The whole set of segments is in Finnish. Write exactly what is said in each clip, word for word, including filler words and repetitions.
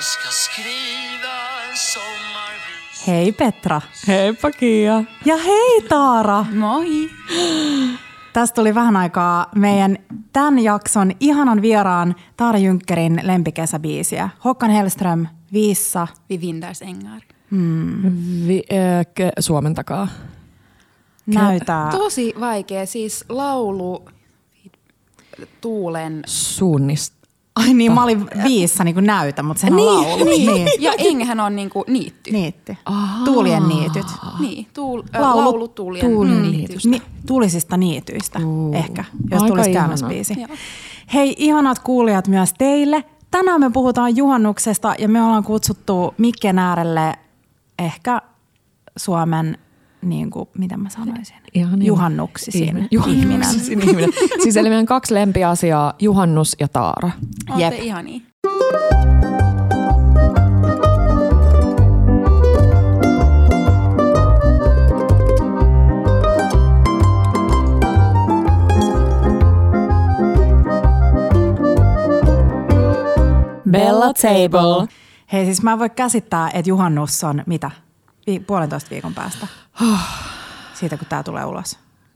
ska skriva en sommarvis. Hei Petra. Heippa Kiia. Ja hei Taara. Moi. Tästä tuli vähän aikaa meidän tämän jakson ihanan vieraan Taara Jünkkerin lempikesäbiisiä. Håkan Hellström, Visa. Vi vindars ängar. Hmm. Vi, äh, ke, Suomen takaa. Näytää. Tosi vaikea. Siis laulu tuulen. Suunnista. Ai niin, mä olin Viissa niin kuin näytä, mutta sehän on Niin, laulu. niin. Niin. Ja enghän on niinku niitty. Niitti. Tuulien niityt. Niin, tuul, Laulu, laulu, laulu tuulien tuulien niitystä. Ni, tuulisista niityistä Uu. ehkä, jos Aika tulisi ihana. käännösbiisi. Joo. Hei, ihanat kuulijat myös teille. Tänään me puhutaan juhannuksesta ja me ollaan kutsuttu mikken äärelle ehkä Suomen, niin kuin, mitä mä sanoisin, Ihan juhannuksisin ihminen. ihminen. Juhannuksisin ihminen. Siis eli meidän kaksi lempiasiaa, juhannus ja Taara. Ootte Jep. ihania. Bella Table. Hei, siis mä en voi käsittää, että juhannus on mitä? Vi- puolentoista viikon päästä. Siitä, kun tää tulee ulos.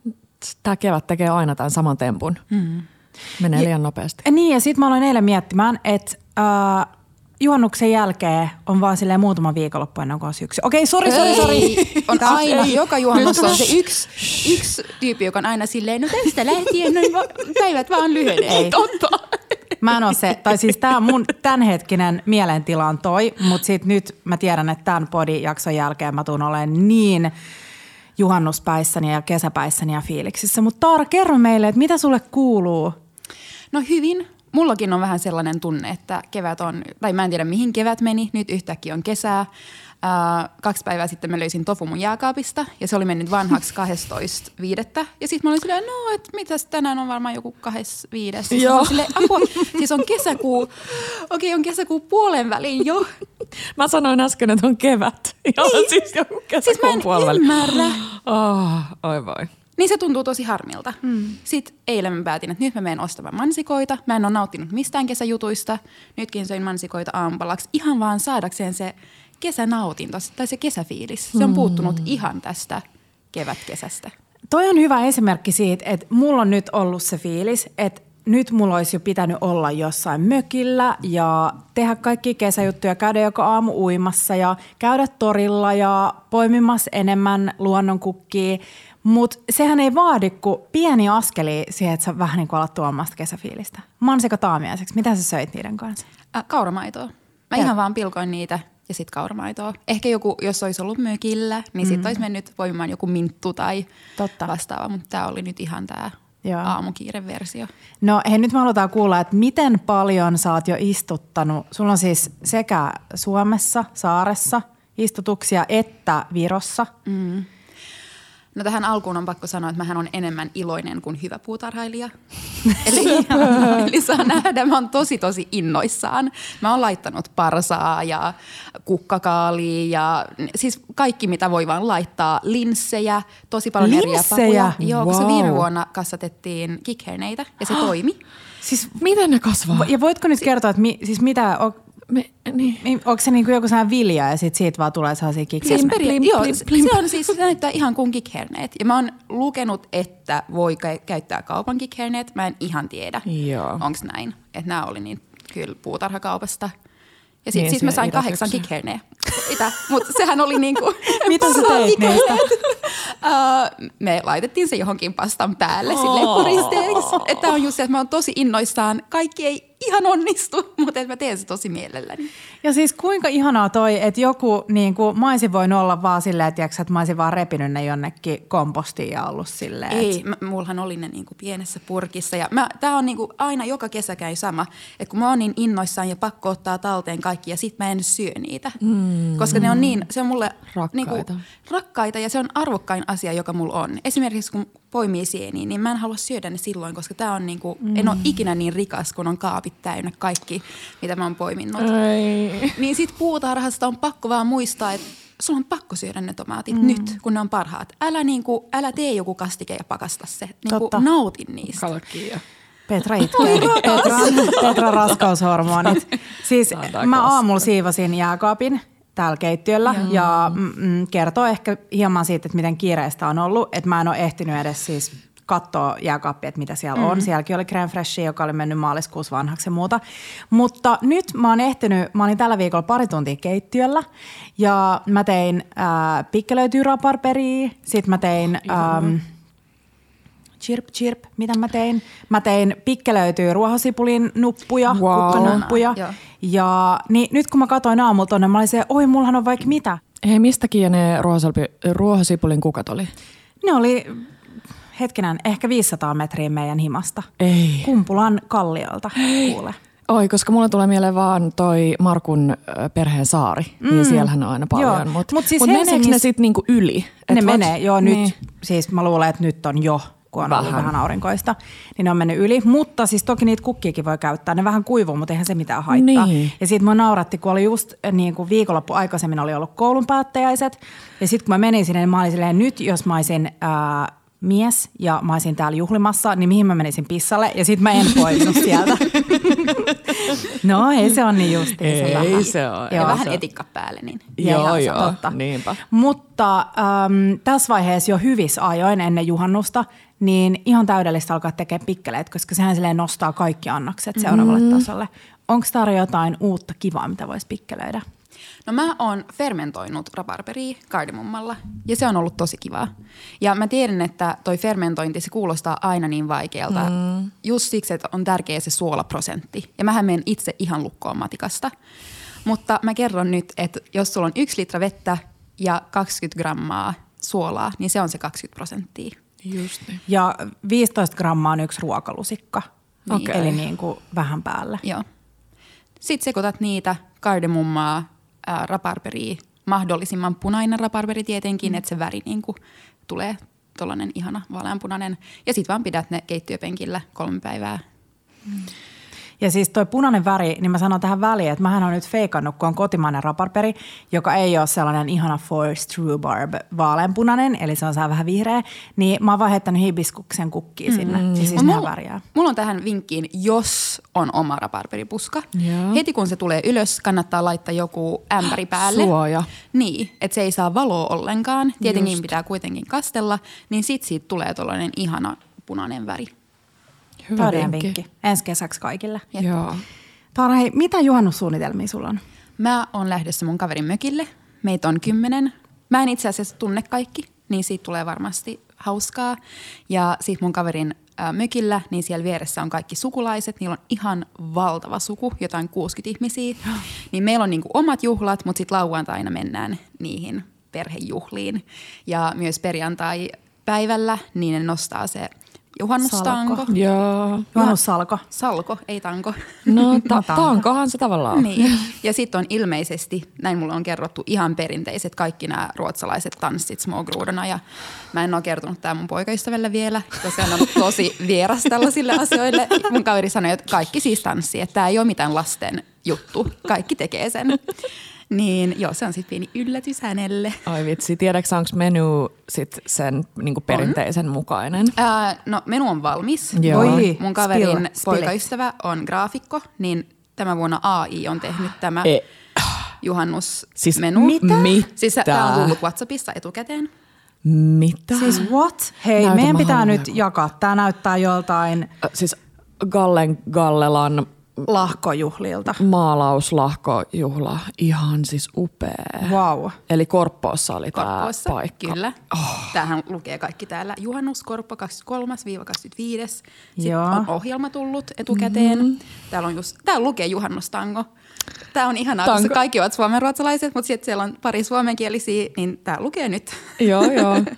Tämä kevät tekee aina tämän saman tempun. Mm. Menee liian nopeasti. Ja niin, ja sit mä aloin eilen miettimään, että äh, juhannuksen jälkeen on vaan silleen muutama viikonloppu ennen kuin on syksy. Okei, sori, sori, sori. Ei, on aina, joka juhannus on se yksi, yksi tyyppi, joka on aina silleen, no tästä lähtien noin va- päivät vaan lyhenee. Totta. Mä en ole se, tai siis tää mun tämänhetkinen mielentila on toi, mutta sit nyt mä tiedän, että tämän podi-jakson jälkeen mä tuun olemaan niin juhannuspäissäni ja kesäpäissäni ja fiiliksissä. Mutta Taara, kerro meille, että mitä sulle kuuluu? No hyvin. Mullakin on vähän sellainen tunne, että kevät on, tai mä en tiedä mihin kevät meni, nyt yhtäkkiä on kesää. Ää, kaksi päivää sitten mä löysin tofu mun jääkaapista ja se oli mennyt vanhaksi kahdestoista viidettä. Ja sitten mä olin silleen, no, että mitäs tänään on varmaan joku kahdeskymmenes viides. Siis Joo. silleen, apua, siis on kesäkuu, okei okay, on kesäkuu puolen väliin jo. Mä sanoin äsken, että on kevät. Ja on siis joku Siis mä kesäkuun en puoliväli. ymmärrä. Oh, oi voi. Niin se tuntuu tosi harmilta. Mm. Sitten eilen mä päätin, että nyt mä menen ostamaan mansikoita. Mä en ole nauttinut mistään kesäjutuista. Nytkin söin mansikoita aamupalaksi ihan vaan saadakseen se kesänautinto tai se kesäfiilis. Se on puuttunut ihan tästä kevätkesästä. Toi on hyvä esimerkki siitä, että mulla on nyt ollut se fiilis, että nyt mulla olisi jo pitänyt olla jossain mökillä ja tehdä kaikki kesäjuttuja, käydä joka aamu uimassa ja käydä torilla ja poimimassa enemmän luonnonkukkia. Mutta sehän ei vaadi kuin pieni askeli siihen, että sä vähän niin kuin alat tuomaan sitä kesäfiilistä. Mansikot aamiaiseksi, mitä sä söit niiden kanssa? Äh, kauramaitoa. Mä Ja. ihan vaan pilkoin niitä ja sit kauramaitoa. Ehkä joku, jos olisi ollut mökillä, niin sit olisi mennyt voimaan joku minttu tai Totta. vastaava. Mutta tää oli nyt ihan tää Joo. aamukiireversio. No hei, nyt me halutaan kuulla, että miten paljon sä oot jo istuttanut. Sulla on siis sekä Suomessa, saaressa istutuksia että Virossa. Mm. No tähän alkuun on pakko sanoa, että mähän on enemmän iloinen kuin hyvä puutarhailija. eli, eli saa nähdä, mä oon tosi tosi innoissaan. Mä oon laittanut parsaa ja kukkakaalia ja siis kaikki mitä voi vaan laittaa. Linssejä, tosi paljon eriä Linssejä? papuja. Joo, Wow. koska viime vuonna kasvatettiin kikherneitä ja se toimi. Siis, Miten ne kasvaa? ja voitko nyt kertoa, että mi, siis mitä, on, Me, niin. niin, onko se niinku joku sellainen vilja ja sit siitä vaan tulee sellaisia kikkejä? Siis Plim, peria- plim, joo, plim, se- plim. se on siis, se näyttää ihan kuin kikherneet. Ja mä oon lukenut, että voi kä- käyttää kaupan kikherneet. Mä en ihan tiedä, Joo. onks näin. Että nämä oli niin kyllä puutarhakaupasta. Ja sit, Niin, siis mä siellä sain kahdeksan idätyksiä. kikherneä. Mitä? Mutta sehän oli niinku... Mitä sä teit niistä? Uh, me laitettiin se johonkin pastan päälle oh. silleen koristeeksi. Että on just se, että mä oon tosi innoissaan. Kaikki ei ihan onnistu, mutta että mä teen se tosi mielelläni. Ja siis kuinka ihanaa toi, että joku, niin kuin, mä olisin voinut olla vaan silleen, tiiäks, että mä olisin vaan repinyt ne jonnekin kompostiin ja ollut silleen. Ei, että- mä, mullahan oli ne niinku pienessä purkissa. Ja mä, tää on niinku aina joka kesä käy sama, että kun mä oon niin innoissaan ja pakko ottaa talteen kaikki ja sit mä en syö niitä. Mm. Koska ne on niin, se on mulle Rakkaita. Niinku, rakkaita ja se on arvokkain asia, joka mulla on. Esimerkiksi kun poimii sieniä, niin mä en halua syödä ne silloin, koska tää on niinku, mm. en ole ikinä niin rikas, kun on kaapit täynnä kaikki, mitä mä oon poiminnut. Ai. Niin sit puutarhasta on pakko vaan muistaa, että sulla on pakko syödä ne tomaatit mm. nyt, kun ne on parhaat. Älä, niinku, älä tee joku kastike ja pakasta se. Niinku, nautin niistä. Kalkia. Petra itkee. Petra, Petra raskaushormonit. Siis mä aamulla siivosin jääkaapin täällä keittiöllä Jaa. ja mm, kertoo ehkä hieman siitä, että miten kiireistä on ollut. Että mä en ole ehtinyt edes siis katsoa jääkaappia, että mitä siellä mm. on. Sielläkin oli crème fraîche, joka oli mennyt maaliskuussa vanhaksi ja muuta. Mutta nyt mä oon ehtinyt, mä olin tällä viikolla pari tuntia keittiöllä ja mä tein äh, pikkelöityä raparperia, sit mä tein ähm, chirp chirp, mitä mä tein? Mä tein pikkelöityä ruohosipulin nuppuja, wow. kukkanuppuja. Ja, ja niin nyt kun mä katsoin aamulla tonne, mä olin se, oi mullahan on vaikka mitä. Hei, mistäkin ne ruohosipulin kukat oli? Ne oli... Hetkinen, ehkä viisisataa metriä meidän himasta. Ei. Kumpulan kalliolta, kuule. Oi, koska mulle tulee mieleen vaan toi Markun perheen saari, mm. niin siellähän on aina paljon. Mutta mut siis mut meneekö ne sitten niinku yli? Ne menee, joo niin. nyt, siis mä luulen, että nyt on jo, kun on vähän. ollut vähän aurinkoista, niin ne on mennyt yli. Mutta siis toki niitä kukkiakin voi käyttää, ne vähän kuivuu, mutta eihän se mitään haittaa. Niin. Ja sit mua nauratti, kun oli just niin kuin viikonloppu aikaisemmin oli ollut koulun päättäjäiset. Ja sit kun mä menin sinne, niin mä olin silleen, nyt jos mä olisin... Ää, mies ja mä olisin täällä juhlimassa, niin mihin mä menisin pissalle ja sit mä en poiminut sieltä. No ei se on niin justi. Ei se, vähän. se on. Ja vähän etikka päälle. Niin. Joo, joo, totta. niinpä. Mutta äm, tässä vaiheessa jo hyvissä ajoin ennen juhannusta, niin ihan täydellistä alkaa tekemään pikkeleitä, koska sehän silleen nostaa kaikki annokset seuraavalle mm. tasolle. Onko tarjolla jotain uutta kivaa, mitä voisi pikkelöidä? No mä oon fermentoinut rabarberia kardemummalla ja se on ollut tosi kivaa. Ja mä tiedän, että toi fermentointi se kuulostaa aina niin vaikealta. Mm. Just siksi, että on tärkeä se suolaprosentti. Ja mähän menen itse ihan lukkoon matikasta. Mutta mä kerron nyt, että jos sulla on yksi litra vettä ja kaksikymmentä grammaa suolaa, niin se on se kaksikymmentä prosenttia. Just niin. Ja viisitoista grammaa on yksi ruokalusikka. Niin. Eli niin kuin vähän päälle. Joo. Sitten sekoitat niitä kardemummaa, ää, rabarberia, mahdollisimman punainen rabarberi tietenkin, mm. että se väri niin kuin tulee tollainen ihana vaaleanpunainen. Ja sitten vaan pidät ne keittiöpenkillä kolme päivää. Mm. Ja siis toi punainen väri, niin mä sanon tähän väliin, että mähän on nyt feikannut, kun on kotimainen raparperi, joka ei ole sellainen ihana forced rhubarb vaaleanpunainen, eli se on saa vähän vihreä, niin mä oon vaan heittänyt hibiskuksen kukkiin sinne, mm. ja siis nehän väriää. Mulla on tähän vinkkiin, jos on oma raparperipuska. Joo. Heti kun se tulee ylös, kannattaa laittaa joku ämpäri päälle. Suoja. Niin, että se ei saa valoa ollenkaan. Tietenkin Just. pitää kuitenkin kastella, niin sit siitä tulee tollainen ihana punainen väri. Hyvä Todellinen vinkki. vinkki. Ensi kesäksi kaikille. Jep. Joo. Taara, hei, mitä juhannussuunnitelmia sulla on? Mä oon lähdössä mun kaverin mökille. Meitä on kymmenen. Mä en itse asiassa tunne kaikki, niin siitä tulee varmasti hauskaa. Ja sit mun kaverin ä, mökillä, niin siellä vieressä on kaikki sukulaiset. Niillä on ihan valtava suku, jotain kuusikymmentä ihmisiä. Niin meillä on niinku omat juhlat, mutta sit lauantaina mennään niihin perhejuhliin. Ja myös perjantai-päivällä niin ne nostaa se juhannustanko. Salko. Joo. Juhannussalko. Salko, ei tanko. No ta- tankohan se tavallaan. Niin. Ja sitten on ilmeisesti, näin mulle on kerrottu, ihan perinteiset kaikki nämä ruotsalaiset tanssit smågrodorna. Ja mä en ole kertonut tää mun poikaystävälle vielä, koska hän on tosi vieras tällaisille asioille. Mun kaveri sanoi, että kaikki siis tanssii, että tää ei ole mitään lasten juttu. Kaikki tekee sen. Niin joo, se on sitten pieni yllätys hänelle. Ai vitsi, tiedätkö onko menu sit sen niinku perinteisen on. mukainen? Ää, no menu on valmis. Joo. Oi, Mun kaverin spill, poikaystävä on graafikko, niin tämä vuonna A I on tehnyt tämä E- juhannusmenu. Siis mitä? Mitä? Siis tämä on tullut WhatsAppissa etukäteen. Mitä? Siis what? Hei, Näytä meidän pitää haluan nyt jakaa. Tää näyttää joltain Äh, Siis Gallen Gallelan lahkojuhlilta. maalauslahkojuhla. Ihan siis upea. Wow. Eli Korppoossa oli Korppoossa, tämä paikka. kyllä. Oh. Tämähän lukee kaikki täällä. Juhannuskorppo kaksikymmentäkolme kaksikymmentäviisi. Sitten Joo. on ohjelma tullut etukäteen. Mm-hmm. Täällä, on just, täällä lukee juhannustango. Tämä on ihanaa, Tanko. koska kaikki ovat suomenruotsalaiset, mutta sitten siellä on pari suomenkielisiä, niin tämä lukee nyt. Joo, joo. um,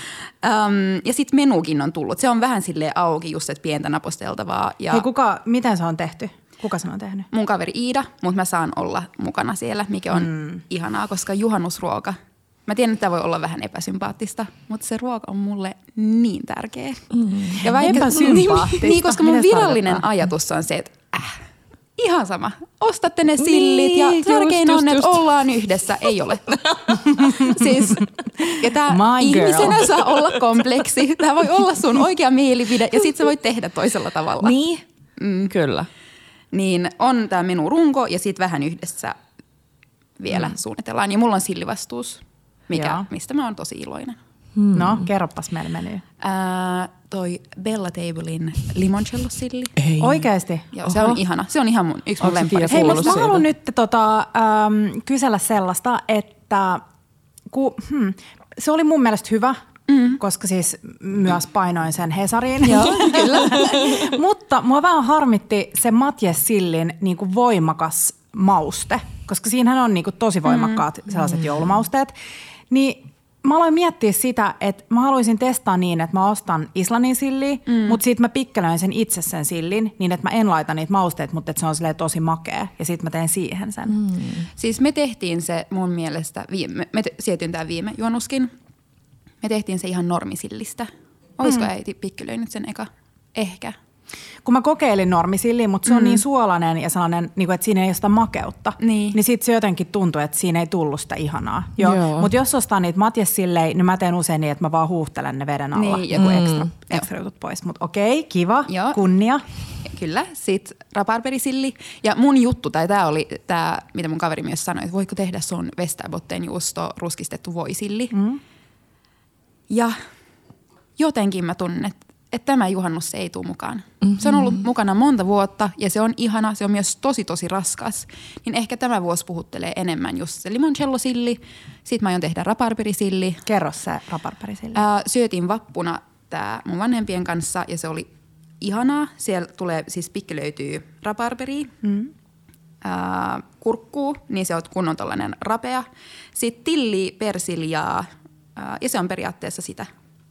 ja sitten menukin on tullut. Se on vähän silleen auki, just että pientä naposteltavaa. Ja Hei, kuka, miten se on tehty? Kuka sen on tehnyt? mun kaveri Iida, mutta mä saan olla mukana siellä, mikä on mm. ihanaa, koska juhannusruoka. Mä tiedän, että tämä voi olla vähän epäsympaattista, mutta se ruoka on mulle niin tärkeä. Mm. Ja Epäsympaattista? Niin, niin, koska mun Mitä se virallinen tarkoittaa? ajatus on se, että äh, ihan sama. Ostatte ne sillit Niin, ja just, tärkein just, on, että just. ollaan yhdessä. Ei ole. Siis, ja tää My girl. ihmisenä saa olla kompleksi. Tämä voi olla sun oikea mielipide ja sit sä voit tehdä toisella tavalla. Niin, mm. kyllä. Niin on tämä minun runko ja sit vähän yhdessä vielä mm. suunnitellaan. Ja mulla on sillivastuus, mikä, Joo. mistä mä oon tosi iloinen. Hmm. No, kerroppas meille menee. Ää, toi Bella Tablein limoncello-silli. Ei. Oikeesti? Joo, se on ihana. Se on ihan mun, yksi mun Onko se lemppari. Tiia Hei, kuullut mutta mä siitä? haluan nyt tota, ähm, kysellä sellaista, että ku, hmm, se oli mun mielestä hyvä, mm. koska siis myös painoin sen Hesariin. Joo, kyllä. Mutta mua vähän harmitti se Matje Sillin niin kuin voimakas mauste, koska siinähän on niin kuin tosi voimakkaat mm. sellaiset joulumausteet. Niin mä aloin miettiä sitä, että mä haluaisin testaa niin, että mä ostan Islannin silliä, mm. mutta sitten mä pikkelöin sen itse sen sillin niin, että mä en laita niitä mausteet, mutta että se on silleen tosi makea ja sitten mä teen siihen sen. Mm. Siis me tehtiin se mun mielestä, viime, me te, sietyin tää viime juonnuskin, me tehtiin se ihan normisillistä. Olisiko mm. äiti pikkelöinyt sen eka? Ehkä. Kun mä kokeilin normisilliä, mutta se on mm. niin suolainen ja sellainen, niin kuin, että siinä ei ole sitä makeutta, niin, niin sitten se jotenkin tuntuu, että siinä ei tullut sitä ihanaa. Joo. Mutta jos ostaa niitä matjessillejä, niin mä teen usein niin, että mä vaan huuhtelen ne veden alla. Niin, joku mm. ekstra, ekstra jutut pois. Mutta okei, kiva, Joo. kunnia. Kyllä, sit raparperisilli. Ja mun juttu, tai tää oli tää, mitä mun kaveri myös sanoi, että voiko tehdä sun Västerbotteen juusto ruskistettu voisilli. Mm. Ja jotenkin mä tunnen, että että tämä juhannus se ei tule mukaan. Mm-hmm. Se on ollut mukana monta vuotta ja se on ihana, se on myös tosi tosi raskas. Niin ehkä tämä vuosi puhuttelee enemmän just se limoncello-silli. Sitten mä aion tehdä raparperisilli. Kerro se raparperisilli. Ää, syötiin vappuna tää mun vanhempien kanssa ja se oli ihanaa. Siellä tulee, siis pikki löytyy raparperia, mm. ää, kurkkuu, niin se on kunnon tollainen rapea. Sitten tilli, persiljaa ää, ja se on periaatteessa sitä.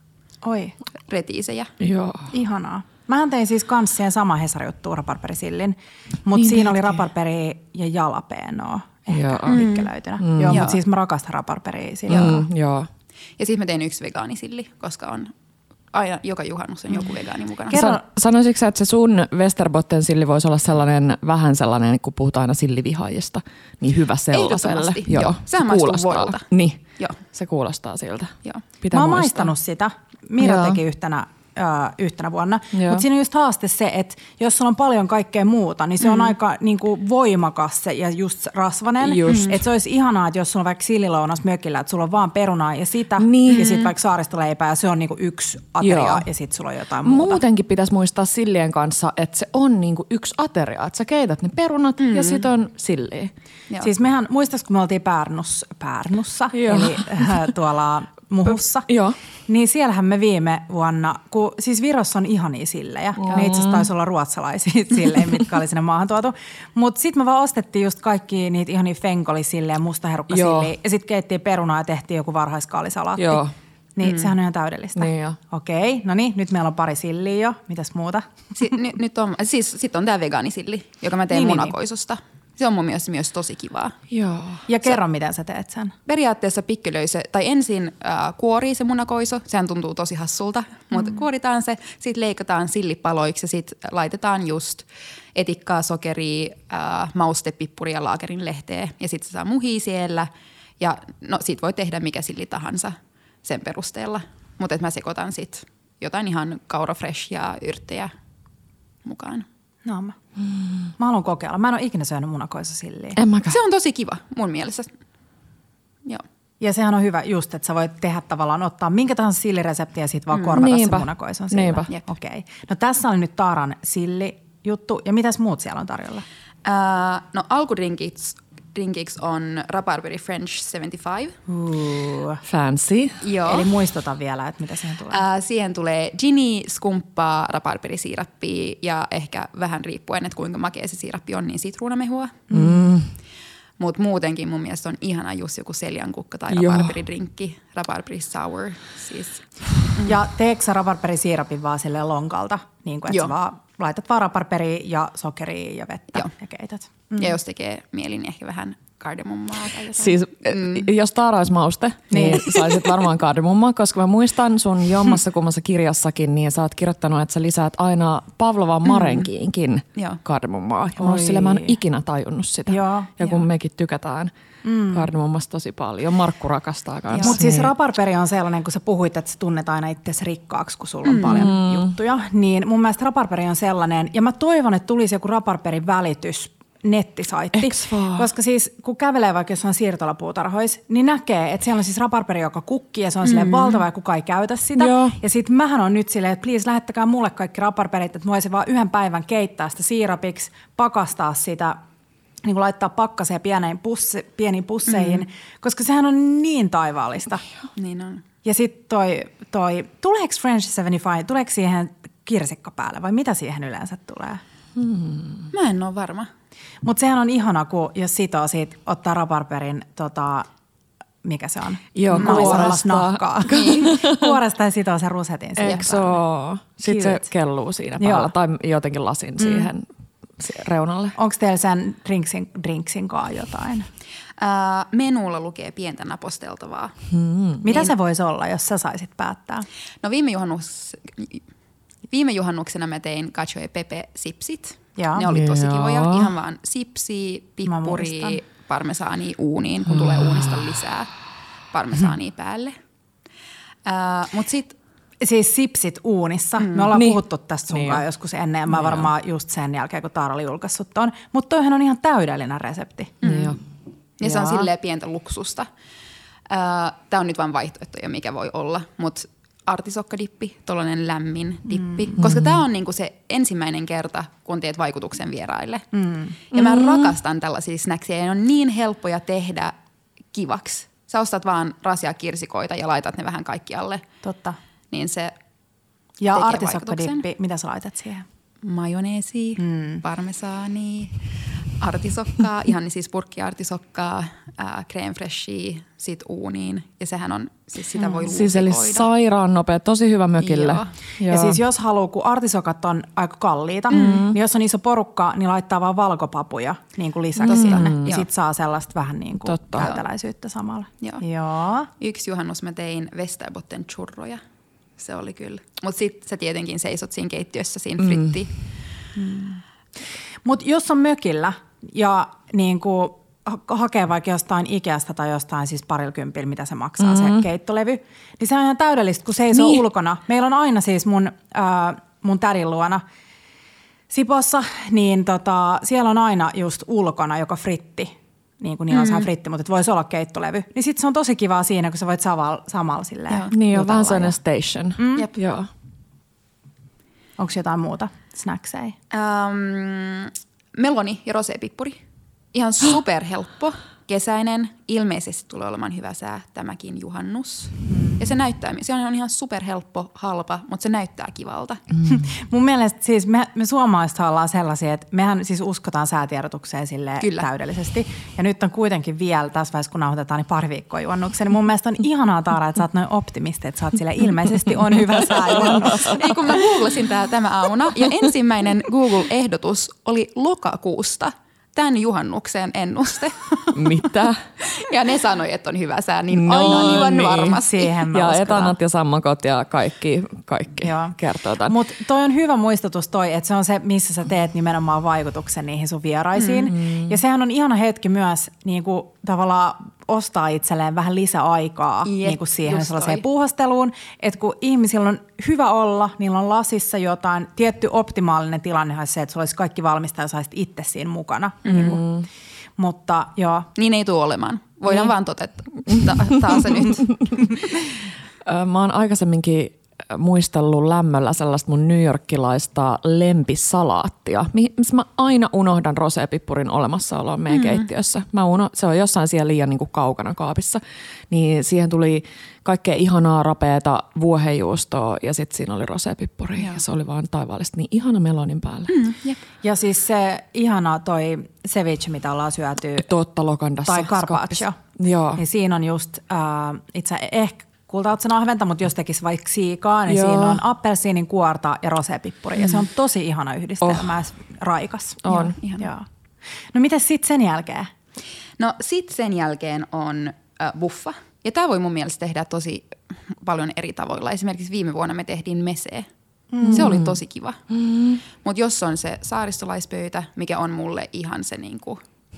Oi, retiisejä. Joo. Ihanaa. Mähän tein siis kans siihen sama Hesari-juttuun raparperisillin, mutta Niin siinä oli teetkin. raparperi ja jalapeenoa ehkä Joo. pikkelöitynä. Mm. Joo, Joo. mutta siis mä rakastan raparperia sillä. Mm, joo. Ja sitten mä tein yksi vegaanisilli, koska on aina joka juhannus on joku vegaani mukana. Kerro- Sa- sanoisitko sä, että se sun Västerbotten silli voisi olla sellainen, vähän sellainen, kun puhutaan aina sillivihaajista, niin hyvä sellaiselle? Ehdottomasti, joo. Sehän maistuu voilta. Niin, Joo. se kuulostaa siltä. Joo. Pitää Mä oon muistaa. maistanut sitä. Mira Joo. teki yhtenä, ö, yhtenä vuonna. Joo. Mutta siinä on just haaste se, että jos sulla on paljon kaikkea muuta, niin se on aika niinku, voimakas se ja just rasvanen. Just. Että se olisi ihanaa, että jos sulla on vaikka sillilounas mökillä, että sulla on vaan perunaa ja sitä, Niin. ja sitten vaikka saaristoleipää ja se on niinku yksi ateria Joo. ja sitten sulla on jotain muuta. Muutenkin pitäisi muistaa sillien kanssa, että se on niinku yksi ateria. Että sä keität ne perunat mm. ja sit on silliä. Joo. Siis mehän, muistais kun me oltiin Pärnus, Pärnussa, Joo. eli äh, tuolla Muhussa, Joo. niin siellähän me viime vuonna, kun siis Virossa on ihania sillejä, ja ne itse asiassa taisi olla ruotsalaisia sillejä, mitkä oli sinne maahan tuotu, mutta sitten me vaan ostettiin just kaikki niitä ihania fenkolisillejä, mustaherukkasillejä, Joo. ja sitten keittiin perunaa ja tehtiin joku varhaiskaalisalaatti. Joo. Niin mm. sehän on ihan täydellistä. Niin jo. Okei, no niin, nyt meillä on pari silliä jo. Mitäs muuta? Si- ny- nyt on, siis sit on tää vegaanisilli, joka mä teen Niin, niin, munakoisosta. Se on mun mielestä myös tosi kivaa. Joo. Ja kerro, miten sä teet sen. Periaatteessa pikkelöi se, tai ensin äh, kuorii se munakoiso, sehän tuntuu tosi hassulta, mutta mm. kuoritaan se, sitten leikataan sillipaloiksi ja sitten laitetaan just etikkaa, sokeria, äh, maustepippuria ja laakerin lehteä ja sitten se saa muhia siellä ja no sit voi tehdä mikä silli tahansa sen perusteella, mutta mä sekoitan sitten jotain ihan kaurafresh ja yrttejä mukaan. No mä. Mm. Mä haluan kokeilla. Mä en ole ikinä syönyt munakoisosilliä. En mäkään. Se on tosi kiva mun mielestä. Joo. Ja sehän on hyvä just, että sä voit tehdä tavallaan, ottaa minkä tahansa sillireseptiä ja sitten vaan korvata Niinpä. sen munakoison sillä. Niinpä. Jep. Okei. No tässä oli nyt Taaran sillijuttu. Ja mitäs muut siellä on tarjolla? Äh, no alkudrinkiksi drinkiksi on Raparberry French seitsemänkymmentäviisi. Uh. Fancy. Joo. Eli muistuta vielä, että mitä siihen tulee. Ää, siihen tulee gini, skumppaa, raparberisiirappia ja ehkä vähän riippuen, että kuinka makea se siirappi on, niin sitruunamehua. Mm. Mutta muutenkin mun mielestä on ihana just joku seljankukka tai Joo. raparberidrinkki, raparberry sour. Siis. Ja teekö sä raparberisiirapin vaan silleen lonkalta? Niin kuin, että Joo. sä vaan laitat vaan raparberia ja sokeria ja vettä Joo. ja keität. Mm. Ja jos tekee mieli, niin ehkä vähän kardemummaa tai jotain. Siis mm. jos Taara olisi mauste, niin, niin saisit varmaan kardemummaa, koska mä muistan sun jommassa kummassa kirjassakin, niin sä oot kirjoittanut, että sä lisäät aina Pavlovan marenkiinkin mm. kardemummaa. Ja mä oon sille, mä en ikinä tajunnut sitä. Joo, ja kun joo. mekin tykätään mm. kardemummasta tosi paljon. Markku rakastaa kanssa. Mutta siis raparperi on sellainen, kun sä puhuit, että sä tunnet aina itsesi rikkaaksi, kun sulla on mm. paljon juttuja. Niin mun mielestä raparperi on sellainen, ja mä toivon, että tulisi joku raparperin välitys nettisaitti. Koska siis kun kävelee vaikka jossain siirtolapuutarhoissa, niin näkee, että siellä on siis raparperi, joka kukkii ja se on silleen mm. valtava ja kukaan ei käytä sitä. Joo. Ja sit mähän on nyt silleen, että please lähettäkää mulle kaikki raparperit, että mä voisin vaan yhden päivän keittää sitä siirapiksi, pakastaa sitä, niin kuin laittaa pakkaseen pieniin, pussi, pieniin pusseihin, mm. koska sehän on niin taivaallista. Niin on. Ja sitten toi, toi, tuleeko French seitsemänkymmentäviisi, tuleeko siihen kirsikka päälle vai mitä siihen yleensä tulee? Hmm. Mä en ole varma. Mutta sehän on ihana, kun jos sitoo siitä, ottaa raparperin, tota, mikä se on? Joo, kuoresta. Nahkaa. Kuoresta ja sitoo sen rusetin. Eikö se ole? Sitten se kelluu siinä päällä. Joo. Tai jotenkin lasin mm. siihen reunalle. Onko teillä sen drinksin, drinksin kaa jotain? Äh, menulla lukee pientä naposteltavaa. Hmm. Mitä niin. se voisi olla, jos sä saisit päättää? No viime, juhannus, viime juhannuksena mä tein cacio e pepe sipsit. Ja. Ne oli tosi kivoja. Ihan vaan sipsi, pippuri, parmesaania uuniin, kun tulee uunista lisää parmesaania päälle. Äh, mut sit Siis sipsit uunissa. Mm. Me ollaan niin. puhuttu tästä sunkaan niin joskus ennen ja mä niin varmaan jo. just sen jälkeen, kun Taara oli julkaissut ton. Mutta toihan on ihan täydellinen resepti. Mm. Niin ja se on silleen pientä luksusta. Tämä on nyt vain vaihtoehtoja, mikä voi olla, mutta artisokkadippi, tollainen lämmin dippi. Mm. Koska tämä on niinku se ensimmäinen kerta, kun teet vaikutuksen vieraille. Mm. Ja mä mm. rakastan tällaisia snacksia ja ne on niin helppoja tehdä kivaksi. Sä ostat vaan rasia kirsikoita ja laitat ne vähän kaikkialle. Totta. Niin se ja artisokkadippi, mitä sä laitat siihen? Majoneesi, mm. parmesaani, artisokkaa, ihan siis purkkiartisokkaa, äh, crème fraichea, sit uuniin. Ja sehän on, siis sitä voi luusikoida. Siis eli sairaan nopea, tosi hyvä mökille. Joo. Joo. Ja siis jos haluaa, kun artisokat on aika kalliita, mm. niin jos on iso porukka, niin laittaa vaan valkopapuja niin kuin lisäksi. Mm. Ja sit saa sellaista vähän niin kuin käytäläisyyttä samalla. Joo. Joo. Yksi juhannus mä tein Västerbotten churroja. Se oli kyllä. Mutta sitten sä tietenkin seisot siinä keittiössä, siinä mm. fritti. Mm. Mutta jos on mökillä ja niin kuin hakee vaikka jostain Ikeasta tai jostain siis parilkympillä, mitä se maksaa mm-hmm. se keittolevy, niin se on ihan täydellistä, kun seisoo niin ulkona. Meillä on aina siis mun, äh, mun tädin luona Sipossa, niin tota, siellä on aina just ulkona joka fritti. Niin kuin niillä on mm. fritti, mutta voisi olla keittolevy. Niin sitten se on tosi kivaa siinä, kun sä voit saval, samalla silleen. Joo. Niin on vähän sellainen station. Mm. Jep. Joo. Onko jotain muuta snackseja? Um, meloni ja rosepippuri. Ihan superhelppo, kesäinen. Ilmeisesti tulee olemaan hyvä sää tämäkin juhannus. Mm. Ja se näyttää, se on ihan superhelppo, halpa, mutta se näyttää kivalta. Mm. Mun mielestä siis me, me suomalaiset ollaan sellaisia, että mehän siis uskotaan säätiedotukseen silleen Kyllä. täydellisesti. Ja nyt on kuitenkin vielä tässä vaiheessa, kun nauhoitetaan, niin pari viikkoa juhannuksen. Niin mun mielestä on ihanaa, Taara, että sä oot noin optimisti, että sä oot silleen ilmeisesti on hyvä sää juhannus. Ei kun mä googlasin tää tämä aamuna ja ensimmäinen Google-ehdotus oli lokakuusta. Tämän juhannuksen ennuste. Mitä? Ja ne sanoi, että on hyvä sää, niin no, aivan niin. varmasti. Siihen ja etanat ja sammakot ja kaikki, kaikki kertoo tämän. Mutta toi on hyvä muistutus toi, että se on se, missä sä teet nimenomaan vaikutuksen niihin sun vieraisiin. Mm-hmm. Ja sehän on ihana hetki myös niin kuin tavallaan ostaa itselleen vähän lisäaikaa Jep, niin kuin siihen sellaiseen toi. puuhasteluun. Että kun ihmisillä on hyvä olla, niillä on lasissa jotain, tietty optimaalinen tilanne olisi se, että sulla olisi kaikki valmista ja saisit itse siinä mukana. Mm. Niin kuin. Mutta joo. Niin ei tule olemaan. Voidaan niin. vaan toteuttaa taas se nyt. Mä oon aikaisemminkin muistellut lämmöllä sellaista mun newyorkilaista lempisalaattia, missä mä aina unohdan rosepippurin olemassaoloa meidän mm-hmm. keittiössä. Mä uno, se on jossain siellä liian niin kuin kaukana kaapissa. Niin siihen tuli kaikkea ihanaa rapeata vuohenjuustoa ja sitten siinä oli rosepippuri. Ja se oli vaan taivaallista niin ihana melonin päällä. Mm, ja siis se ihana toi ceviche, mitä ollaan syöty. Totta, lokandassa. Tai carpaccio. Joo. Niin siinä on just äh, itse ehkä kultaotsana ahventa, mutta jos tekisi vaikka siikaa, niin Joo. siinä on appelsiinin kuorta ja rosepippuri. Mm. Ja se on tosi ihana yhdistelmä, oh. raikas. On. Joo. No mites sitten sen jälkeen? No sit sen jälkeen on äh, buffa. Ja tää voi mun mielestä tehdä tosi paljon eri tavoilla. Esimerkiksi viime vuonna me tehtiin mesee. Mm. Se oli tosi kiva. Mm. Mutta jos on se saaristolaispöytä, mikä on mulle ihan se niinku,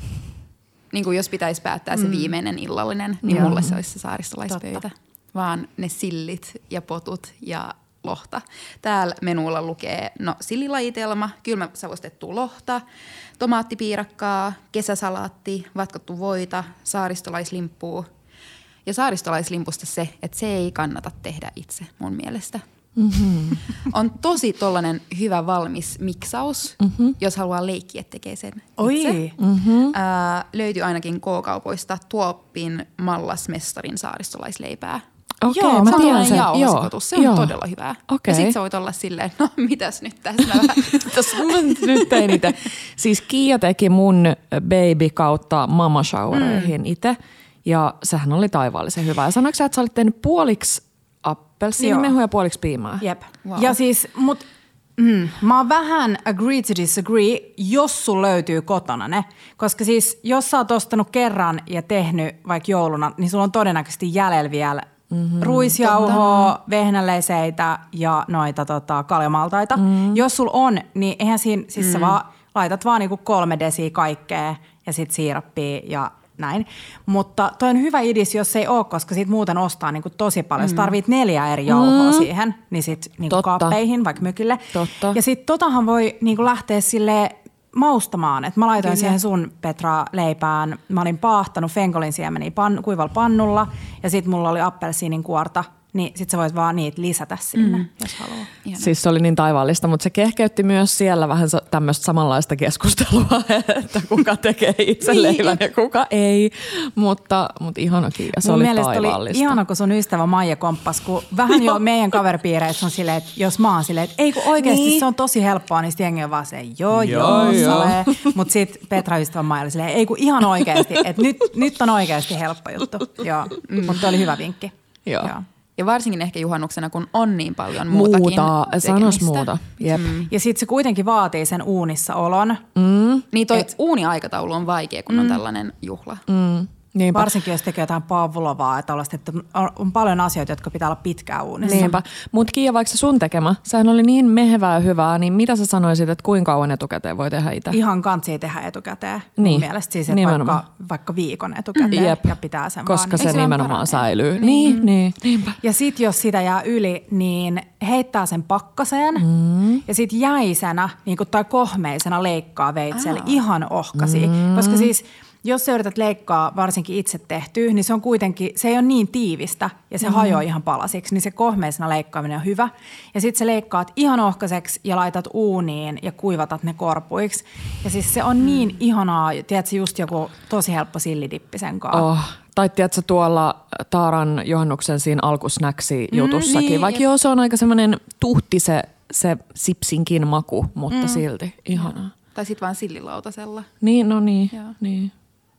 niinku jos pitäisi päättää se mm. viimeinen illallinen, niin Joo. mulle se olisi se saaristolaispöytä. Totta. Vaan ne sillit ja potut ja lohta. Täällä menulla lukee no sillilajitelma, kylmä savustettua lohta, tomaattipiirakkaa, kesäsalaatti, vatkottu voita, saaristolaislimppua. Ja saaristolaislimpusta se, että se ei kannata tehdä itse mun mielestä. Mm-hmm. On tosi tollainen hyvä valmis miksaus, mm-hmm. jos haluaa leikkiä, että tekee sen itse. Mm-hmm. Ää, löytyy ainakin K-kaupoista Tuoppin mallasmestarin saaristolaisleipää. Okei, Joo, mä tiedän sen. Jauhosekoitus. Se on Joo. todella hyvää. Okay. Ja sit sä voit olla silleen, no mitäs nyt tässä? Tässä nyt tein itse. Siis Kiia teki mun baby kautta mama showereihin mm. itse. Ja sehän oli taivaallisen hyvä. Ja sanoitko sä, että sä olit tehnyt puoliksi appelsiinimehua ja puoliksi piimää? Jep. Wow. Ja siis, mut mm, mä oon vähän agree to disagree, jos sun löytyy kotona ne. Koska siis, jos sä oot ostanut kerran ja tehnyt vaikka jouluna, niin sulla on todennäköisesti jäljellä vielä mm-hmm. ruisjauhoa, vehnäleiseitä ja noita tota, kaljamaltaita. Mm. Jos sulla on, niin eihän siinä, siis mm. sä vaan laitat vaan niinku kolme desiä kaikkea ja sit siirappia ja näin. Mutta toi on hyvä idis, jos ei ole, koska sit muuten ostaa niinku tosi paljon. Mm. Jos tarvit neljä eri jauhoa mm. siihen, niin sit niinku kaappeihin, vaikka mykille. Totta. Ja sit totahan voi niinku lähteä silleen maustamaan. Et mä laitoin Kyllä. siihen sun, Petra, leipään. Mä olin paahtanut fengolin siemeniä pan, kuivalla pannulla ja sit mulla oli appelsiinin kuorta. Niin sit sä voit vaan niitä lisätä sinne, mm. jos haluaa. Ihana. Siis se oli niin taivaallista, mutta se kehkeytti myös siellä vähän tämmöistä samanlaista keskustelua, että kuka tekee itse leivän ja kuka ei. Mutta, mutta ihanakin ja se Mun oli mielestä taivaallista. Oli ihana, kun sun ystävä Maija komppasi, kun vähän jo meidän kaveripiireissä on silleen, että jos mä oon silleen, että ei kun oikeasti niin. se on tosi helppoa, niin sitten jengi on vaan se, joo joo, joo. Mutta sitten Petra ystävä Maija oli silleen, ei kun ihan oikeasti, että nyt, nyt on oikeasti helppo juttu. Joo, mm. mutta oli hyvä vinkki. Joo. joo. Ja varsinkin ehkä juhannuksena, kun on niin paljon muutakin Muuta, sanos muuta. Jep. Mm. Ja sitten se kuitenkin vaatii sen uunissa olon. Mm. Niin toi Et, uuniaikataulu on vaikea, kun mm. on tällainen juhla. Mm. Niinpä. Varsinkin, jos tekee jotain pavlovaa, että on, on paljon asioita, jotka pitää olla pitkään uunissa. Niinpä. Mutta Kiia, vaikka se sun tekemä, sehän oli niin mehevää ja hyvää, niin mitä sä sanoisit, että kuinka kauan etukäteen voi tehdä itse? Ihan kansi tehdä etukäteen. Niin. Mun mielestä siis, että vaikka, vaikka viikon etukäteen Jep. ja pitää sen Koska vaan. se nimenomaan säilyy. Niin, niin. niin. Niinpä. Ja sit jos sitä jää yli, niin heittää sen pakkaseen mm. ja sit jäisenä, niin kuin tai kohmeisena leikkaa veitsellä ihan ohkasi. Mm. Koska siis jos sä yrität leikkaa varsinkin itse tehtyä, niin se on kuitenkin, se ei ole niin tiivistä ja se mm. hajoaa ihan palasiksi, niin se kohmeisena leikkaaminen on hyvä. Ja sit sä leikkaat ihan ohkaiseksi ja laitat uuniin ja kuivatat ne korpuiksi. Ja siis se on mm. niin ihanaa, tiedätkö, just joku tosi helppo sillidippi sen kanssa. Oh. Tai tiedätkö tuolla Taaran juhannuksen siinä alkusnäksi-jutussakin, mm, niin, vaikka joo se on aika semmoinen tuhti se, se sipsinkin maku, mutta mm. silti ihanaa. Tai sit vaan sillilautasella. Niin, no niin, niin.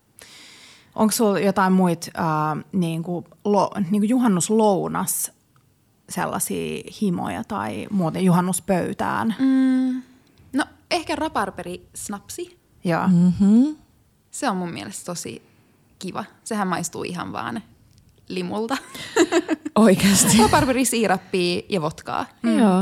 Onko sulla jotain muita äh, niinku, lo, niinku juhannuslounas sellaisia himoja tai muuten juhannuspöytään? Mm, no ehkä raparperisnapsi. Joo. Mm-hmm. Se on mun mielestä tosi kiva. Sehän maistuu ihan vaan limulta. Oikeasti. Raparperisiirappia ja vodkaa. Mm. Joo.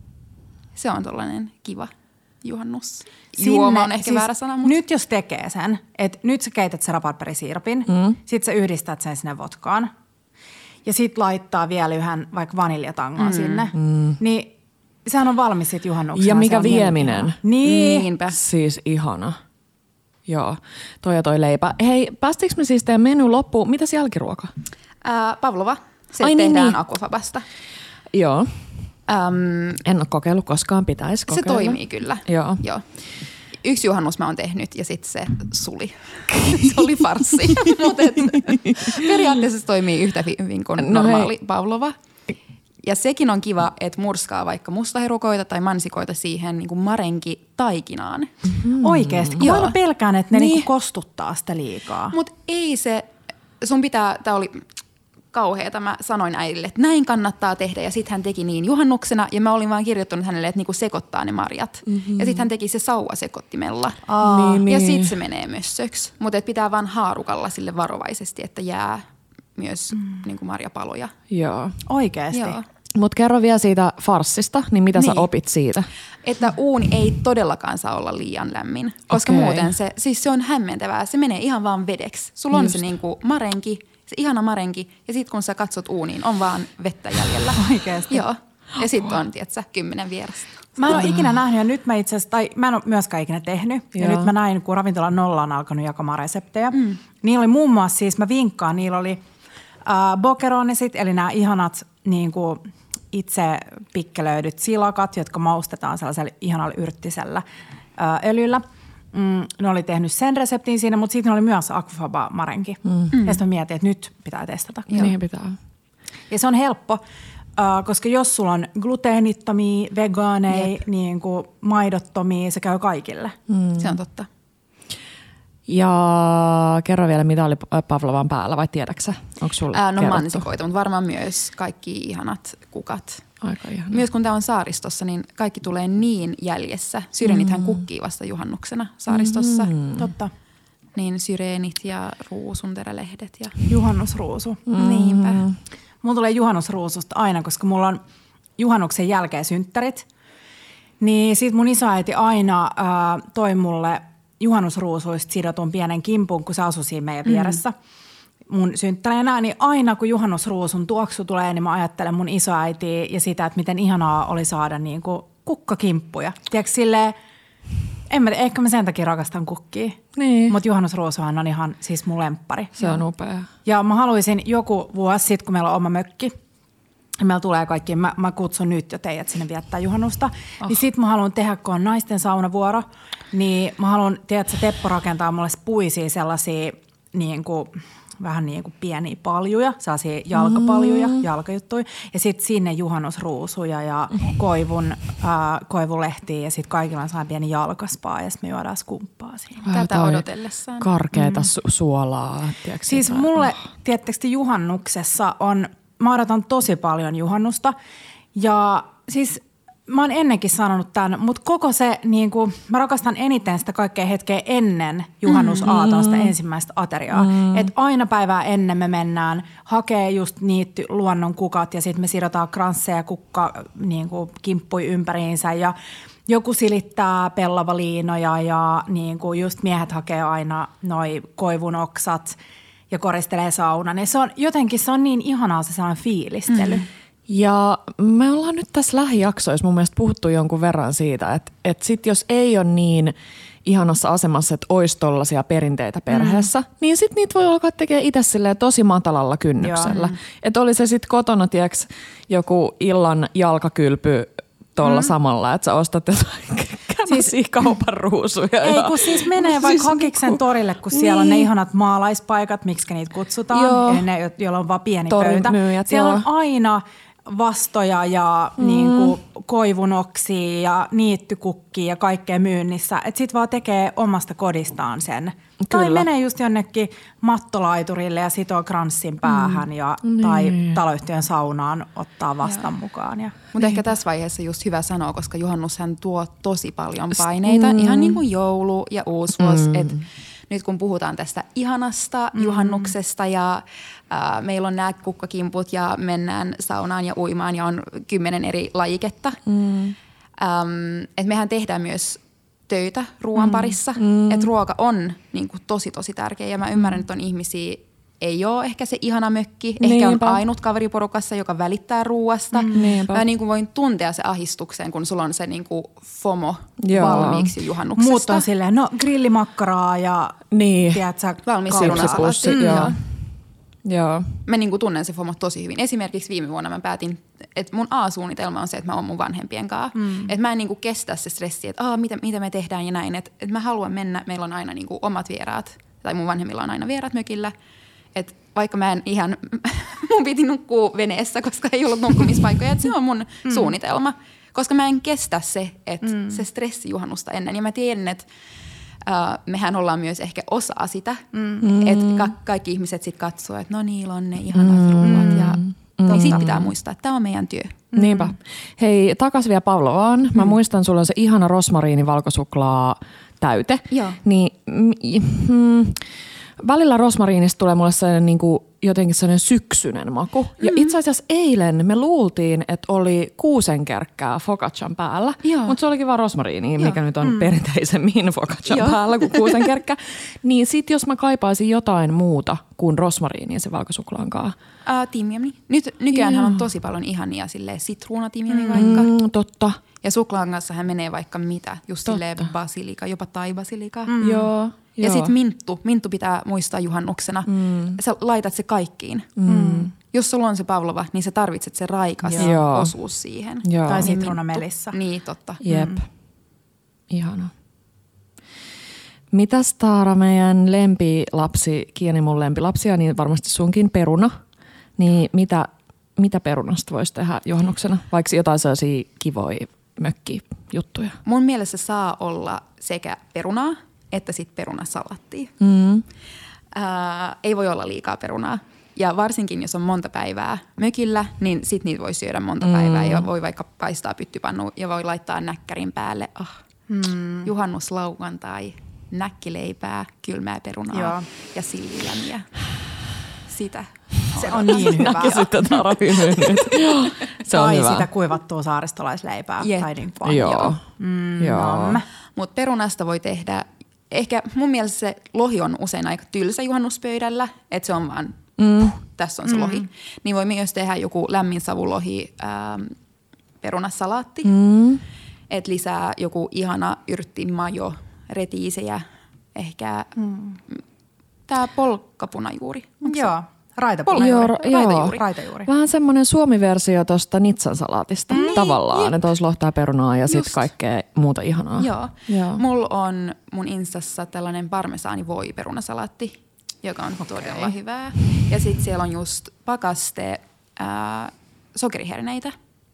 Se on tollainen kiva juhannus. Juoma on ehkä siis väärä sana, mutta nyt jos tekee sen, että nyt sä keität sen raparperisiirapin, mm. sit sä yhdistät sen sinne vodkaan ja sit laittaa vielä yhden vaikka vaniljatangon mm. sinne, mm. niin sehän on valmis sit juhannuksena. Ja mikä vieminen. Niin. Niinpä. Siis ihana. Joo, toi ja toi leipä. Hei, päästikö me siis teidän menu loppuun? Mitäs jälkiruoka? Ää, Pavlova. Se Ai, tehdään niin, niin. Aquafabasta. Joo. Öm, en ole kokeillut koskaan, pitäisi kokeilla. Se toimii kyllä. Joo. Joo. Yksi juhannus mä oon tehnyt ja sitten se suli. Se oli farssi, mutta periaatteessa se toimii yhtä hyvin kuin no normaali hei. Pavlova. Ja sekin on kiva, että murskaa vaikka mustaherukoita tai mansikoita siihen niin kuin marenki taikinaan. Mm-hmm. Oikeasti. Mä aina pelkään, että ne niin. Niin kostuttaa sitä liikaa. Mutta ei se, sun pitää, tää oli kauheata. Mä sanoin äidille, että näin kannattaa tehdä ja sitten hän teki niin juhannuksena ja mä olin vaan kirjoittanut hänelle, että niinku sekoittaa ne marjat. Mm-hmm. Ja sitten hän teki se sauvasekoittimella. Niin, ja niin. sitten se menee mössöksi. Mutta pitää vaan haarukalla sille varovaisesti, että jää myös mm. niinku marjapaloja. Joo. Oikeesti? Joo. Mutta kerro vielä siitä farssista, niin mitä niin. sä opit siitä? Että uuni ei todellakaan saa olla liian lämmin, koska Okei. muuten se, siis se on hämmentävää. Se menee ihan vaan vedeksi. Sulla on Just. se niinku marenki, se ihana marenki ja sitten kun sä katsot uuniin, on vaan vettä jäljellä. Oikeesti? Joo. Ja sitten on, tietsä, kymmenen vierasta. Mä en ole ikinä nähnyt ja nyt mä itse asiassa, tai mä en ole myöskään ikinä tehnyt. Ja Joo. nyt mä näin, kun Ravintola Nolla on alkanut jakamaan reseptejä. Mm. Niillä oli muun muassa, siis mä vinkkaan, niillä oli äh, bokeronisit, eli nämä ihanat niin kuin itse pikkelöidyt silakat, jotka maustetaan sellaisella ihanalla yrttisellä äh, öljyllä. Mm, ne oli tehnyt sen reseptin siinä, mutta sitten oli myös aquafaba-marenki. Mm. Ja sitten mä mietin, että nyt pitää testata. Niin pitää. Ja se on helppo, äh, koska jos sulla on gluteenittomia, vegaaneja, Jep. niin kuin maidottomia, se käy kaikille. Mm. Se on totta. Ja kerro vielä, mitä oli pavlovan päällä, vai tiedäksä? Onko sulle Ää, no kerrottu? mansikoita, mutta varmaan myös kaikki ihanat kukat. Aika ihana. Myös kun tämä on saaristossa, niin kaikki tulee niin jäljessä. Syrenithän mm. kukkii vasta juhannuksena saaristossa. Mm. Totta. Niin syrenit ja ruusunterälehdet. Ja... Juhannusruusu. Mm. Niinpä. Mulla tulee juhannusruususta aina, koska mulla on juhannuksen jälkeen synttärit. Niin sit mun isoäiti aina äh, toi mulle juhannusruusuista sidotun pienen kimpun, kun se asui siinä meidän vieressä. Mm. Mun synttäreinä, niin aina kun juhannusruusun tuoksu tulee, niin mä ajattelen mun isoäitiä ja sitä, että miten ihanaa oli saada niinku kukkakimppuja. Tiedätkö silleen, en mä, ehkä mä sen takia rakastan kukkia. Niin. Mutta juhannusruusuhan on ihan siis mun lemppari. Se on upea. Ja mä haluaisin joku vuosi sitten, kun meillä on oma mökki, ja meillä tulee kaikki, mä, mä kutsun nyt jo teidät sinne viettää juhannusta, oh. niin sit mä haluan tehdä, kun on naisten saunavuoro, niin mä haluan, tiedätkö, Teppo rakentaa mulle puisia sellaisia niin kuin, vähän niin kuin pieniä paljuja, sellaisia jalkapaljuja, mm. jalkajuttuja, ja sitten sinne juhannusruusuja ja koivun, äh, koivulehtiä, ja sitten kaikilla on sellainen pieni jalkaspaa, ja sitten me juodaan skumppaa siinä. Vähän Tätä toi odotellessaan. Karkeata mm. su- suolaa. Tiedätkö, Siis tai... mulle, tietysti juhannuksessa on, mä odotan tosi paljon juhannusta, ja siis mä oon ennenkin sanonut tämän, mutta koko se, niin kuin, mä rakastan eniten sitä kaikkea hetkeä ennen juhannusaatona, sitä ensimmäistä ateriaa. Mm. Että aina päivää ennen me mennään, hakee just niitä luonnon kukat ja sitten me sidotaan kransseja ja kukka niin kuin, kimppui ympäriinsä ja joku silittää pellavaliinoja ja niin kuin, just miehet hakee aina noi koivun oksat ja koristelee saunan. Ja se on jotenkin, se on niin ihanaa se sellainen fiilistely. Mm. Ja me ollaan nyt tässä lähijaksoissa mun mielestä puhuttu jonkun verran siitä, että, että sit jos ei ole niin ihanassa asemassa, että olisi tollaisia perinteitä perheessä, mm. niin sit niitä voi alkaa tekemään itse silleen tosi matalalla kynnyksellä. Mm. Että oli se sitten kotona, tiiäks, joku illan jalkakylpy tuolla mm. samalla, että sä ostat jotain siis, kaupan ruusuja. Ei kun siis menee vaikka siis Hakiksen niinku torille, kun siellä niin. on ne ihanat maalaispaikat, miksi niitä kutsutaan, joo. eli ne, joilla on vaan pieni Torin pöytä. Myyjät, siellä joo. on aina vastoja ja mm. niin kuin koivunoksia ja niittykukkia ja kaikkea myynnissä. Että sit vaan tekee omasta kodistaan sen. Kyllä. Tai menee just jonnekin mattolaiturille ja sitoo kranssin päähän mm. ja, tai mm. taloyhtiön saunaan ottaa vastaan mukaan. Ja. Mutta ehkä tässä vaiheessa just hyvä sanoa, koska juhannushan tuo tosi paljon paineita. Mm. Ihan niin kuin joulu ja uusvuosi. Mm. Et nyt kun puhutaan tästä ihanasta mm. juhannuksesta ja äh, meillä on nämä kukkakimput ja mennään saunaan ja uimaan ja on kymmenen eri lajiketta. Mm. Ähm, että mehän tehdään myös töitä ruoan mm. parissa. Mm. Että ruoka on niin kuin, tosi tosi tärkeä ja mä ymmärrän, että on ihmisiä, ei ole ehkä se ihana mökki. Niinpä. Ehkä on ainut kaveriporukassa, joka välittää ruuasta. Mm. Mä niin kuin voin tuntea se ahdistuksen, kun sulla on se niin kuin FOMO Joo. valmiiksi juhannuksesta. Muut on silleen, no grillimakkaraa ja niin. tiedätkö, valmis siunapussi. Mm. Joo. Joo. Mä niin kuin tunnen se FOMO tosi hyvin. Esimerkiksi viime vuonna mä päätin, että mun A-suunnitelma on se, että mä oon mun vanhempien kanssa. Mm. Että mä en niin kuin kestä se stressi, että Aa, mitä, mitä me tehdään ja näin. Että et mä haluan mennä, meillä on aina niin kuin omat vieraat, tai mun vanhemmilla on aina vieraat mökillä. Että vaikka mä en ihan, mun piti nukkua veneessä, koska ei ollut nukkumispaikkoja, että se on mun mm. suunnitelma. Koska mä en kestä se, että mm. se stressi juhannusta ennen. Ja mä tiedän, että Uh, mehän ollaan myös ehkä osa sitä, mm. että ka- kaikki ihmiset sitten katsoo, että no niillä on ne ihanat mm. ruuat ja mm. niin sitten pitää muistaa, että tämä on meidän työ. Niinpä. Hei, takas vielä Pavlovaan. Mä mm. muistan, sulla on se ihana rosmariini valkosuklaa täyte. Joo. Niin mm, välillä rosmariinista tulee mulle sellainen niin kuin jotenkin sellainen syksyinen maku. Ja mm. itse asiassa eilen me luultiin, että oli kuusenkerkkää focaccian päällä, mutta se olikin vaan rosmariini, mikä nyt on mm. perinteisemmin focaccian Joo. päällä kuin kuusenkerkkä. Niin sit jos mä kaipaisin jotain muuta kuin rosmariinia se valkosuklaan kanssa. Uh, timjami. Nyt nykyäänhän on tosi paljon ihania silleen sitruunatimjami vaikka. Mm, totta. Ja suklaan kanssa hän menee vaikka mitä, just totta. Silleen basilika, jopa tai-basilika. Mm. Joo. Ja sitten minttu. Minttu pitää muistaa juhannuksena. Mm. Sä laitat se kaikkiin. Mm. Jos sulla on se pavlova, niin sä tarvitset se raikas Joo. osuus siihen. Joo. Tai sitruunamelissa. Niin, totta. Jep. Mm. Ihana. Mitäs Taara, meidän lempilapsi, Kieni mun lempilapsia, niin varmasti sunkin peruna. Niin mitä, mitä perunasta voisi tehdä juhannuksena? Vaikka jotain sellaisia kivoja mökkijuttuja. Mun mielestä saa olla sekä perunaa, että sitten perunasalattia. Mm. Ää, ei voi olla liikaa perunaa. Ja varsinkin, jos on monta päivää mökillä, niin sit niitä voi syödä monta mm. päivää. Ja voi vaikka paistaa pyttypannu ja voi laittaa näkkärin päälle. Oh, mm. Juhannuslauantai, näkkileipää, kylmää perunaa Joo. ja sillijämiä. Sitä. Se on niin hyvä. Näkisit Taara hymyyn nyt. Se on tai hyvä. sitä kuivattua saaristolaisleipää. Yep. Tai niin kuin. Joo. Mm, Joo. Mutta perunasta voi tehdä, ehkä mun mielestä se lohi on usein aika tylsä juhannuspöydällä, että se on vaan, mm. tässä on se mm. lohi. Niin voi myös tehdä joku lämmin savulohi ähm, perunasalaatti, mm. että lisää joku ihana yrttimajo, retiisejä, ehkä mm. tää polkkapunajuuri. Joo. Raitajuuri. Joo, Raitajuuri. Raitajuuri. Vähän semmoinen suomi-versio tuosta nitsan salaatista mm, tavallaan. Jep. Että olisi lohtaa perunaa ja sitten kaikkea muuta ihanaa. Joo. Joo. Mulla on mun instassa tällainen parmesaani voi perunasalaatti, joka on okay. todella hyvää. Ja sitten siellä on just pakaste ää, sokeriherneitä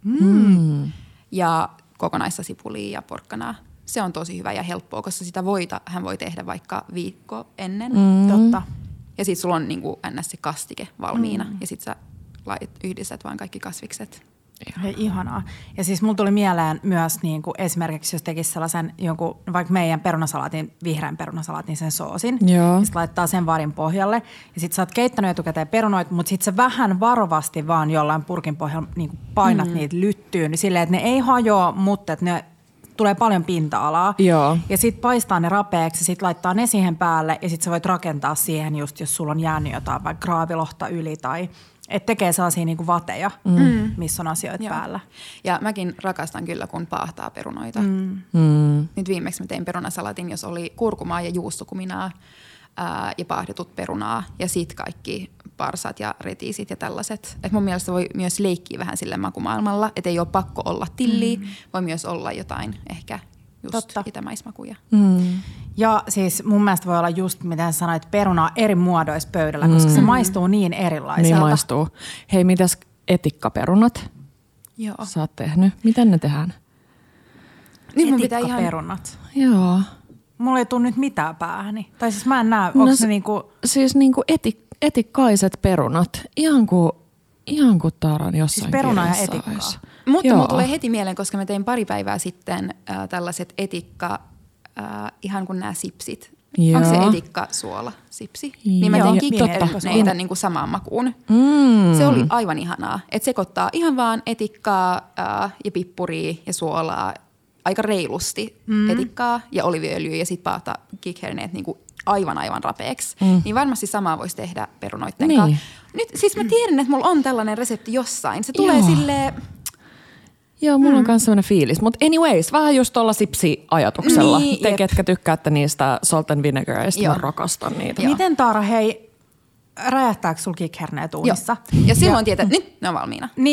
mm. ja kokonaista sipulia ja porkkanaa. Se on tosi hyvä ja helppoa, koska sitä voita hän voi tehdä vaikka viikko ennen. Mm. Totta. Ja sit sulla on niinku ns. Se kastike valmiina mm. ja sit sä lait, yhdistät vaan kaikki kasvikset. Hei, ihanaa. Ja siis mulla tuli mieleen myös niinku esimerkiksi, jos tekisi sellaisen jonkun, vaikka meidän perunasalaatin, vihreän perunasalaatin sen soosin. Joo. Ja sit laittaa sen varin pohjalle. Ja sit sä oot keittänyt etukäteen perunoit, mutta sit sä vähän varovasti vaan jollain purkin pohjalla niinku painat mm. niitä lyttyyn. Silleen, että ne ei hajoa, mutta että ne tulee paljon pinta-alaa. Joo. Ja sit paistaa ne rapeaksi ja sit laittaa ne siihen päälle ja sit sä voit rakentaa siihen just, jos sulla on jäänyt jotain vaikka graavilohta yli tai että tekee sellaisia niinku vateja, mm. missä on asioita Joo. päällä. Ja mäkin rakastan kyllä, kun paahtaa perunoita. Mm. Mm. Nyt viimeksi mä tein perunasalatin, jos oli kurkumaa ja juustokuminaa ää, ja paahdetut perunaa ja sit kaikki parsat ja retiisit ja tällaiset. Et mun mielestä voi myös leikkiä vähän sille makumaailmalla, että ei ole pakko olla tilliä. Mm. Voi myös olla jotain ehkä just Totta. itämaismakuja. Mm. Ja siis mun mielestä voi olla just, miten sanoit, perunaa eri muodoissa pöydällä, mm. koska se maistuu niin erilaiselta. Niin maistuu. Hei, mitäs etikkaperunat? Joo. Sä oot tehnyt. Miten ne tehdään? Niin mun pitää ihan... Etikkaperunat. Joo. Mulla ei tule nyt mitään päähäni. Tai siis mä en näe, onko no, se niinku... Siis niinku etik, etikkaiset perunat. Ihan kuin, ihan kuin Taaran jossain siis peruna ja etikkaa. Mutta mulla tulee heti mieleen, koska mä tein pari päivää sitten äh, tällaiset etikka, äh, ihan kuin nämä sipsit. Joo. Onko se etikka suola sipsi? Niin mä tein kikkineitä niin kuin samaan makuun. Mm. Se oli aivan ihanaa. Että sekoittaa ihan vaan etikkaa äh, ja pippuria ja suolaa aika reilusti mm. etikkaa ja oliviöljyä ja sit paahtaa kikherneet niin kuin aivan aivan rapeeksi. Mm. Niin varmasti samaa voisi tehdä perunoitten niin. kanssa. Nyt siis mä tiedän, että mulla on tällainen resepti jossain. Se tulee Joo. silleen... Joo, mulla mm. on myös sellainen fiilis. Mutta anyways, vähän just tuolla sipsi-ajatuksella. Niin, te, jep. ketkä tykkäätte niistä salt and vinegarista, mä rakastan niitä. Joo. Miten Taara, hei, räjähtääkö sulla kikherneet uunissa? Joo. Ja silloin tietää, että nyt ne on valmiina. Niin,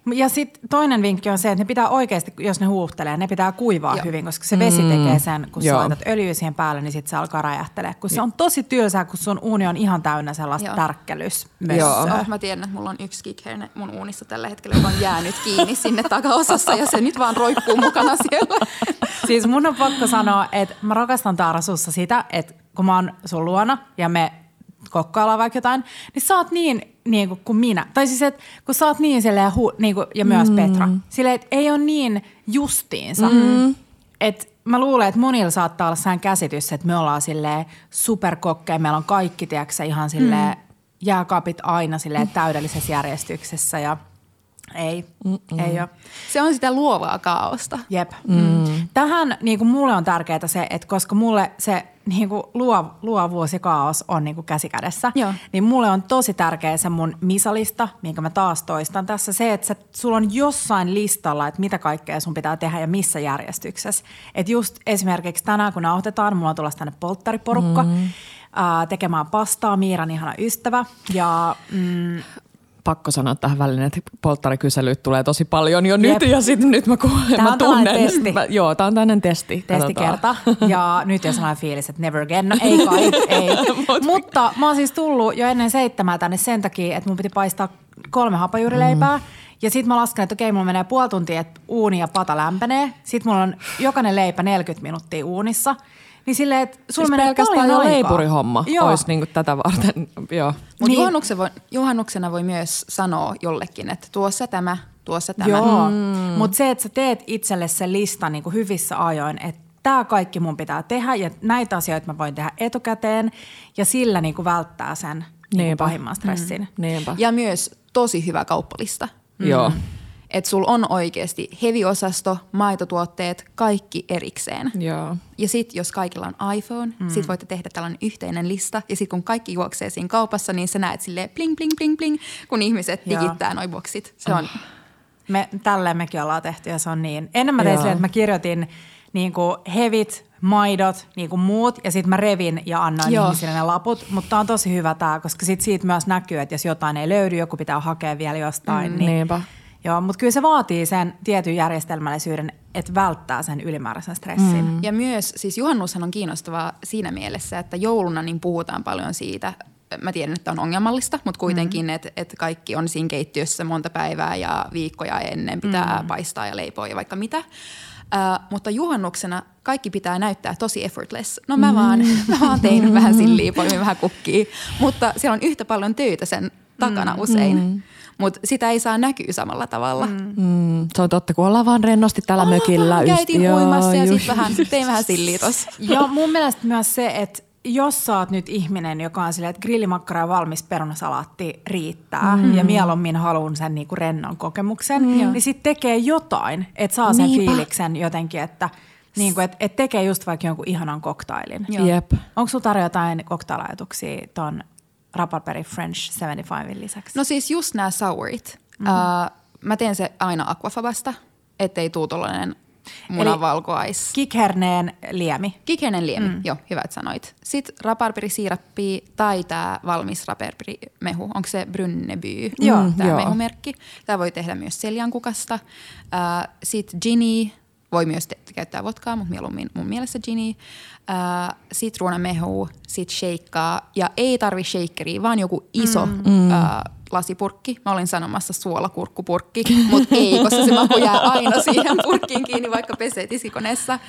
Ja sitten toinen vinkki on se, että ne pitää oikeasti, jos ne huuhtelee, ne pitää kuivaa Joo. hyvin, koska se vesi tekee sen, kun Joo. sä laitat öljyä siihen päälle, niin sitten se alkaa räjähtelee. Kun se on tosi tylsää, kun sun uuni on ihan täynnä sellaista Joo. tärkkelysmössöä. Oh, mä tiedän, että mulla on yksi kickhair mun uunissa tällä hetkellä, joka on jäänyt kiinni sinne takaosassa ja se nyt vaan roikkuu mukana siellä. Siis mun on pakko sanoa, että mä rakastan Taara sussa sitä, että kun mä oon sun luona ja me kokkaillaan vaikka jotain, niin sä oot niin, niin kuin, kuin minä. Tai siis, että kun sä oot niin silleen, hu, niin kuin, ja myös mm. Petra, silleen, että ei ole niin justiinsa. Mm. Että mä luulen, että monilla saattaa olla sehän käsitys, että me ollaan silleen superkokkeja, meillä on kaikki, tiedätkö, ihan silleen mm. jääkaapit aina silleen täydellisessä järjestyksessä ja ei, Mm-mm. ei ole. Se on sitä luovaa kaaosta. Jep. Mm. Tähän niin kuin mulle on tärkeää se, että koska mulle se niin kuin luov, luovuus ja kaos on niin kuin käsikädessä, Joo. niin mulle on tosi tärkeä se mun misalista, minkä mä taas toistan tässä. Se, että sä, sulla on jossain listalla, että mitä kaikkea sun pitää tehdä ja missä järjestyksessä. Että just esimerkiksi tänään, kun nauhoitetaan, mulla on tulossa tänne polttariporukka mm. ää, tekemään pastaa, Miiran ihana ystävä. Ja Mm, Pakko sanoa tähän väliin, että polttarikyselyt tulee tosi paljon jo Jep. nyt ja sitten nyt mä, ku, Tää mä on tunnen. tällainen testi. Mä, joo, tää on tämmöinen testi. Testikerta. Ja nyt jos on fiilis, että never again. No ei kai, ei. Mutta mä oon siis tullut jo ennen seitsemää tänne sen takia, että mun piti paistaa kolme hapajuurileipää. Mm. Ja sit mä lasken, että okei, mulla menee puoli tuntia, että uuni ja pata lämpenee. Sit mulla on jokainen leipä neljäkymmentä minuuttia uunissa. Niin silleen, että sulla Siis menee pelkästään paljon jo aikaa. leipurihomma Joo. olisi niinku tätä varten. Joo. Mutta Niin. juhannuksen voi, juhannuksena voi myös sanoa jollekin, että tuossa tämä, tuossa tämä. Joo, mm. mutta se, että sä teet itselle sen listan niin kuin hyvissä ajoin, että tämä kaikki mun pitää tehdä ja näitä asioita mä voin tehdä etukäteen ja sillä niin kuin välttää sen niin kuin pahimman stressin. Mm. Niinpä. Ja myös tosi hyvä kauppalista. Joo. Että sulla on oikeasti heavy-osasto, maitotuotteet, kaikki erikseen. Joo. Ja sit jos kaikilla on iPhone, mm. sit voitte tehdä tällainen yhteinen lista. Ja sit kun kaikki juoksee siinä kaupassa, niin sä näet silleen bling, bling, bling, bling, kun ihmiset Joo. digittää noi boksit. Se on... Me, tälleen mekin ollaan tehty ja se on niin. Ennen mä tein silleen, että mä kirjoitin niin kuin hevit, maidot, niin kuin muut ja sitten mä revin ja annoin Joo. ihmisille ne laput. Mutta tää on tosi hyvä tää, koska sit siitä myös näkyy, että jos jotain ei löydy, joku pitää hakea vielä jostain. Mm, niin, niinpä. Joo, mutta kyllä se vaatii sen tietyn järjestelmällisyyden, että välttää sen ylimääräisen stressin. Mm. Ja myös, siis juhannushan on kiinnostavaa siinä mielessä, että jouluna niin puhutaan paljon siitä. Mä tiedän, että on ongelmallista, mutta kuitenkin, mm. että et kaikki on siinä keittiössä monta päivää ja viikkoja ennen pitää mm. paistaa ja leipoa ja vaikka mitä. Uh, mutta juhannuksena kaikki pitää näyttää tosi effortless. No mä vaan, mä vaan tein vähän silliä, poimin vähän kukkia, mutta siellä on yhtä paljon töitä sen takana mm. usein. Mm. Mutta sitä ei saa näkyä samalla tavalla. Mm. Mm, se on totta, kun ollaan vaan rennosti täällä Ollaan mökillä. vaan, käytiin Joo, uimassa ja just. sitten vähän, tein vähän silliä tossa. Ja mun mielestä myös se, että jos sä oot nyt ihminen, joka on silleen, että grillimakkara ja valmis perunasalaatti riittää mm. ja mieluummin haluan sen niinku rennon kokemuksen, mm. niin sit tekee jotain, että saa sen Niinpä. fiiliksen jotenkin, että niinku, et, et tekee just vaikka jonkun ihanan koktailin. Joo. Jep. Onko sulla tarjoa jotain koktailajatuksia ton Raparperi French seitsemänkymmentäviisi lisäksi? No siis just nämä sourit. Mm-hmm. Uh, mä teen se aina aquafabasta, ettei tuu tollainen munanvalkuais. Kikherneen liemi. Kikheinen liemi, mm. joo, hyvä, että sanoit. Sitten raparperisiirappi tai tämä valmis raparperimehu. Onko se Brynneby, Joo, tämä joo. mehumerkki. Tämä voi tehdä myös seljankukasta. Uh, Sitten ginny, voi myös te- käyttää vodkaa, mutta mieluummin mun mielestä ginny. Uh, sitruunamehu, sitten shakeaa. Ja ei tarvi shakeria, vaan joku iso mm. uh, lasipurkki. Mä olin sanomassa suolakurkkupurkki, mutta ei, koska se maku jää aina siihen purkkiin kiinni, vaikka pesee tiskikoneessa.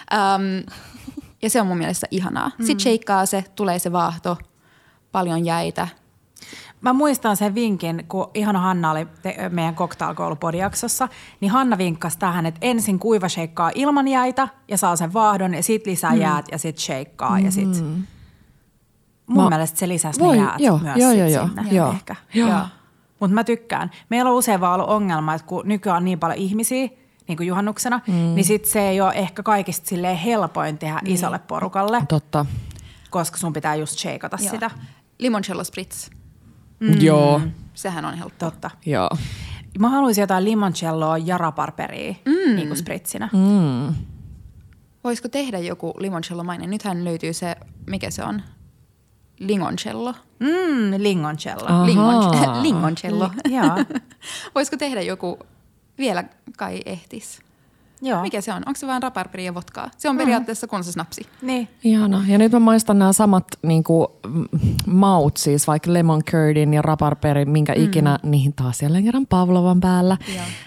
Um, ja se on mun mielestä ihanaa. Sitten shakeaa se, tulee se vaahto, paljon jäitä. Mä muistan sen vinkin, kun ihana Hanna oli te- meidän cocktailkoulupodijaksossa, niin Hanna vinkkasi tähän, että ensin kuiva shakeaa ilman jäitä ja saa sen vaahdon ja sit lisää mm. jäät ja sit shakeaa ja sit... Mun Mä- mielestä se lisäsi Voi, ne jäät joo, myös joo, sit joo, joo, sinne joo. ehkä. Joo. Joo. Mutta mä tykkään. Meillä on usein vaan ollut ongelma, että kun nykyään on niin paljon ihmisiä, niin kuin juhannuksena, mm. niin sit se ei ole ehkä kaikista silleen helpoin tehdä niin. isolle porukalle, Totta. koska sun pitää just shakeata Joo. sitä. Limoncello spritz, Mm. Joo. sehän on helppo. Totta. Joo. Mä haluaisin jotain limoncelloa ja raparperia mm. niin kuin spritsinä. limoncello. Mm, limoncello. Ahaa. Lingon, limoncello. Li- joo. Voisiko tehdä joku, vielä kai ehtis. Joo. Mikä se on? Onko se vaan raparperi ja vodkaa? Se on periaatteessa kun se snapsi. Niin. Ihana. Ja nyt mä maistan nämä samat niinku, mm, maut, siis vaikka lemon curdin ja raparperi, minkä mm. ikinä, niihin taas jälleen kerran pavlovan päällä.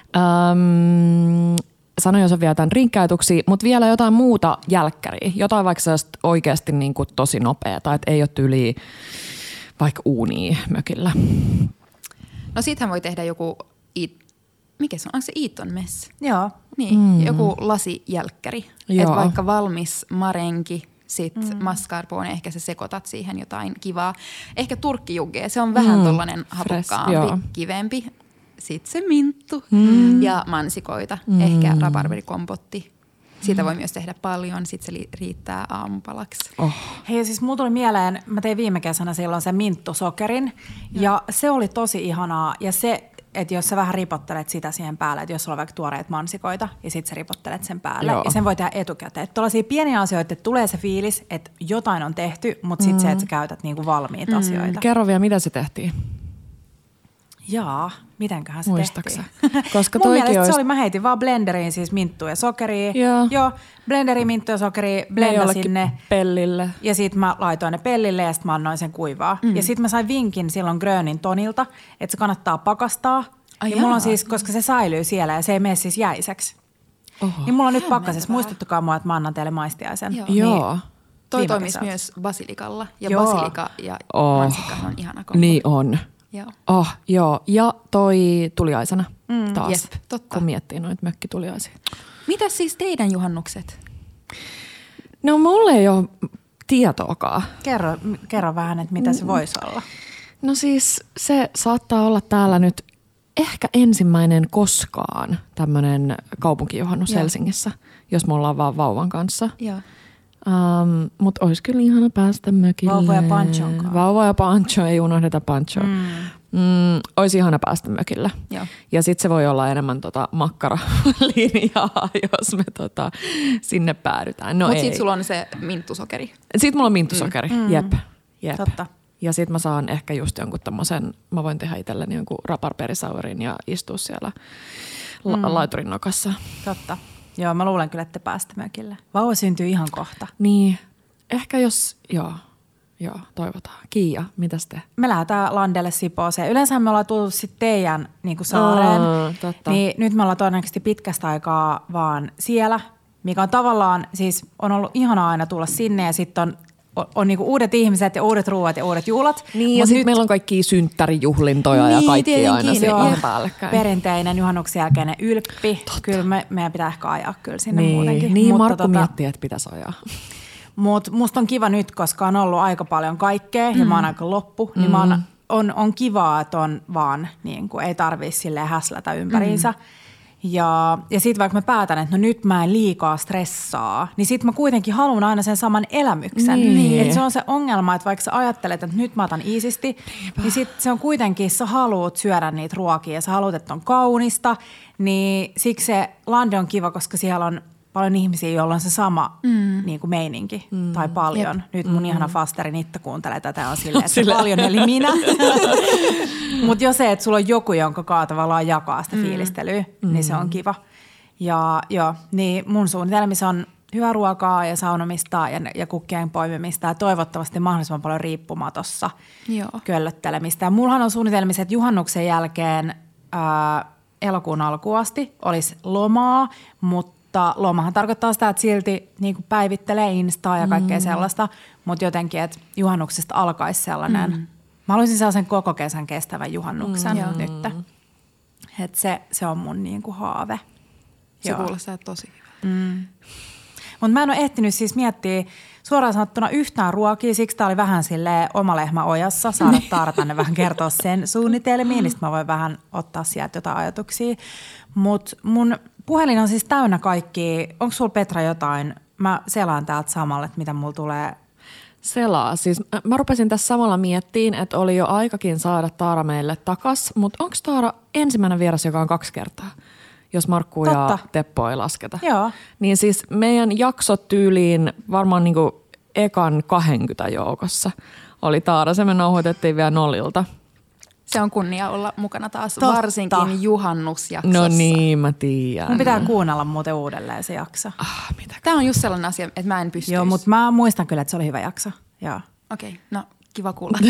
Öm, sano, jos on vielä tämän rinkkäytuksi, mutta vielä jotain muuta jälkkäriä. Jotain vaikka sellaista oikeasti niinku tosi nopeata, että ei ole tyyliä vaikka uunia mökillä. No siitähän voi tehdä joku, eat, mikä se on? Onko se Eaton mess? Joo. Niin, mm. joku lasijälkkäri. Että Joo. vaikka valmis marenki, sit mm. mascarpone, ehkä sä sekoitat siihen jotain kivaa. Ehkä turkkijuggea, se on vähän mm. tollanen hapukkaampi, joo. kivempi. Sitten se minttu mm. ja mansikoita, mm. ehkä raparperikompotti. Siitä voi myös tehdä paljon, sit se li- riittää aamupalaksi. Oh. Hei, siis mulla tuli mieleen, mä tein viime kesänä silloin sen minttusokerin ja se oli tosi ihanaa ja se, että jos sä vähän ripottelet sitä siihen päälle, että jos sulla on vaikka tuoreet mansikoita ja sit sä ripottelet sen päälle Joo. ja sen voi tehdä etukäteen. Että tuollaisia pieniä asioita, että tulee se fiilis, että jotain on tehty, mutta sit mm. se, että sä käytät niinku valmiita mm. asioita. Kerro vielä, mitä se tehtiin? Jaa, mitenköhän se Muistaksä? tehtiin? Koska Mun toikin mielestä olisi... se oli, mä heitin vaan blenderiin siis minttua ja sokeria. Joo. Joo, blenderiin minttua ja sokeria, blendasin ne. Pellille. Ja sitten mä laitoin ne pellille ja sitten mä annoin sen kuivaa. Mm. Ja sitten mä sain vinkin silloin Grönin Tonilta, että se kannattaa pakastaa. Ai ja mulla jaa. on siis, koska se säilyy siellä ja se ei mene siis jäiseksi. Oho. Niin mulla on nyt pakkasessa. Muistuttakaa mua, että mä annan teille maistiaisen. Joo. Joo. Niin, Toi viime toimisi kesältä. myös basilikalla. Ja Joo. basilika ja Oh. mansikkahan on ihana kombo. Niin on. Joo. Oh, joo. Ja toi tuliaisena mm, taas, jep, totta. kun miettii noita mökkituliaisia. Mitä siis teidän juhannukset? No mulla ei ole tietoakaan. Kerro, kerro vähän, että mitä se voisi olla. No siis se saattaa olla täällä nyt ehkä ensimmäinen koskaan tämmöinen kaupunkijuhannus Joo. Helsingissä, jos me ollaan vaan vauvan kanssa. Joo. Um, Mutta olisi kyllä ihana päästä mökille. Vauva ja Panchon kanssa. Vauva ja Pancho, ei unohdeta Panchoa. Mm. Mm, olisi ihana päästä mökille. Joo. Ja sitten se voi olla enemmän tota makkaralinjaa, jos me tota sinne päädytään. No Mutta ei. sit sulla on se minttusokeri. Sitten mulla on minttusokeri, mm. jep. jep. Totta. Ja sitten mä saan ehkä just jonkun tommosen, mä voin tehdä itselleni jonkun raparperisaurin ja istua siellä la- mm. laiturin nokassa. Totta. Joo, mä luulen kyllä, että te päästä mökille. Vauva syntyy ihan kohta. Niin, ehkä jos, joo, joo, toivotaan. Kiia, mitäs te? Me lähdetään Landelle Sipooseen. Yleensä me ollaan tullut sitten teidän niin kuin saareen. Aa, totta. Niin nyt me ollaan todennäköisesti pitkästä aikaa vaan siellä, mikä on tavallaan, siis on ollut ihanaa aina tulla sinne ja sitten on, on, on niinku uudet ihmiset ja uudet ruuat ja uudet juhlat. Niin, ja Mut sitten nyt- meillä on kaikkia synttärijuhlintoja niin, ja kaikki aina tietenkin, se joo. ihan päällekkäin. Perinteinen juhannuksen jälkeinen ylppi. Totta. Kyllä me, meidän pitää ehkä ajaa kyllä sinne muutenkin. Niin, niin Mutta Markku tota, miettii, että pitäisi ajaa. Mutta musta on kiva nyt, koska on ollut aika paljon kaikkea ja mä oon aika loppu. Niin mä oon, on, on kivaa, että on vaan, niin kuin, ei tarvitse silleen häslätä ympäriinsä. Mm. Ja, ja sitten vaikka mä päätän, että no nyt mä en liikaa stressaa, niin sitten mä kuitenkin haluan aina sen saman elämyksen. Niin. Että se on se ongelma, että vaikka sä ajattelet, että nyt mä otan iisisti, niin sitten se on kuitenkin, sä haluat syödä niitä ruokia ja sä haluat, että on kaunista. Niin siksi se lande on kiva, koska siellä on paljon ihmisiä, joilla on se sama mm. niin kuin meininki mm. tai paljon. Jep. Nyt mun mm. ihana fasteri Nitta kuuntelee tätä on silleen, että se paljon eli minä. Mutta jo se, että sulla on joku, jonka kaa tavallaan jakaa sitä mm. fiilistelyä, mm. niin se on kiva. Ja joo, niin mun suunnitelmissa on hyvää ruokaa ja saunomista ja, ja kukkien poimimista ja toivottavasti mahdollisimman paljon riippumatossa Joo. köllöttelemistä. Ja mullahan on suunnitelmissa, että juhannuksen jälkeen ää, elokuun alkuun asti olisi lomaa, mutta Mutta lomahan tarkoittaa sitä, että silti niin kuin päivittelee Instaa ja kaikkea mm. sellaista, mutta jotenkin, että juhannuksesta alkaisi sellainen. Mm. Mä haluaisin sellaisen koko kesän kestävän juhannuksen mm. nyt. Että se, se on mun niin kuin haave. Se Joo. kuulostaa tosi hyvältä. Mm. Mutta mä en ole ehtinyt siis miettiä suoraan sanottuna yhtään ruokia, siksi tää oli vähän silleen oma lehmä ojassa, saada Taara tänne vähän kertoa sen suunnitelmiin, niin sit mä voin vähän ottaa sieltä jotain ajatuksia. Mutta mun puhelin on siis täynnä kaikki. Onko sulla Petra jotain? Mä selaan täältä samalle, että mitä mulla tulee. Selaa. Siis mä- mä rupesin tässä samalla miettiin, että oli jo aikakin saada Taara meille takas, mutta onko Taara ensimmäinen vieras, joka on kaksi kertaa? Jos Markku ja Totta. Teppo ei lasketa. Joo. Niin siis meidän jaksot tyyliin varmaan niinku ekan kaksikymmentä joukossa oli Taaras ja me nauhoitettiin vielä nollilta. Se on kunnia olla mukana taas, Totta. varsinkin juhannusjaksossa. No niin, mä tiedän. Mun pitää kuunnella muuten uudelleen se jakso. Ah, mitä? Tämä on just sellainen asia, että mä en pystyisi. Joo, mutta mä muistan kyllä, että se oli hyvä jakso. Joo. Okei, okay, no kiva kuulla.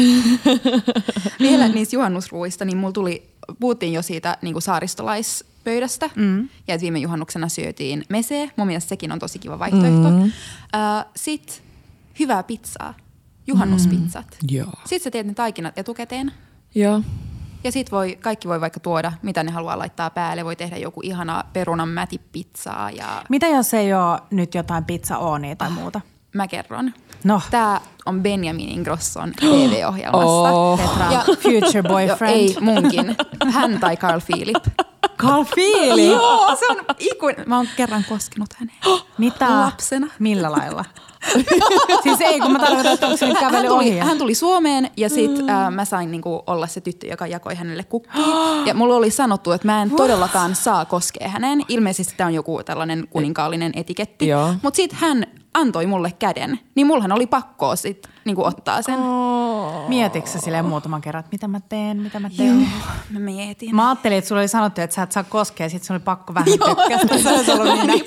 Vielä niistä juhannusruuista, niin mulla tuli, puhuttiin jo siitä niin kuin saaristolaispöydästä. Mm. Ja että viime juhannuksena syötiin mesee. Mun mielestä sekin on tosi kiva vaihtoehto. Mm. Uh, Sitten hyvää pizzaa, juhannuspizzat. Mm. Joo. Sitten sä teet ne taikinat etukäteen. Joo. Ja sit voi, kaikki voi vaikka tuoda, mitä ne haluaa laittaa päälle. Voi tehdä joku ihana perunan mätipizzaa ja Mitä jos ei ole nyt jotain pizza-oonia tai muuta? mä kerron. No. Tää on Benjamin Ingrosson T V-ohjelmasta. Oh. Petra, Ja- future boyfriend. Jo, ei, munkin. Hän tai Carl Philip. Carl Philip. Joo, se on ikuinen. Mä oon kerran koskenut häneen. Mitä? Lapsena. Millä lailla? Siis ei, kun mä tarkoitan, että onko se nyt Hän kävely tuli, ohi. hän tuli Suomeen ja sit mm. äh, mä sain niinku olla se tyttö, joka jakoi hänelle kukkia. Ja mulla oli sanottu, että mä en todellakaan saa koskea häneen. Ilmeisesti tämä on joku tällainen kuninkaallinen etiketti. Joo. Mutta sit hän antoi mulle käden. Niin mullahan oli pakko sit niinku ottaa sen. Mietitkö sä silleen muutaman kerran, että mitä mä teen, mitä mä teen? Joo, mä mietin. Mä ajattelin, että sulla oli sanottu, että sä et saa koskea, ja sit sun oli pakko vähän tykkästä. Se olisi ollut niin.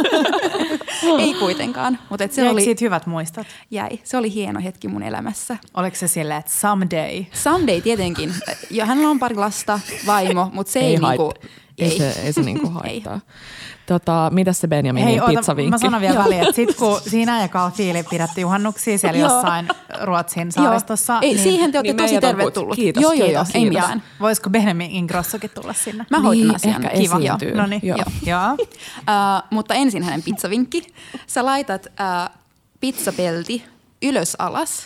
Ei kuitenkaan, mutta se Jäikö oli, siitä hyvät muistat? jäi. Se oli hieno hetki mun elämässä. Oliko se silleen, että someday? Someday tietenkin. Ja hänellä on pari lasta, vaimo, mutta se ei, Ei, niinku... hait- ei, se, ei se niinku haittaa. Tota, mitäs se Benjaminin Hei, oota, pizzavinkki? mä sanon vielä väliin, että sit kun sinä ja Carl Philip pidätte juhannuksia siellä Joo. jossain Ruotsin saaristossa. Ei, siihen te olette Niin tosi meidät on tervetullut. kutsu. Kiitos, joo, joo, kiitos, joo, ei kiitos. mitään. Voisiko Benjamin Ingrossokin tulla sinne? Mä hoitan Niin, asian. ehkä Kiva. esiintyy. No niin, Joo. joo. joo. Uh, mutta ensin hänen pizzavinkki. Sä laitat uh, pizzapelti ylös alas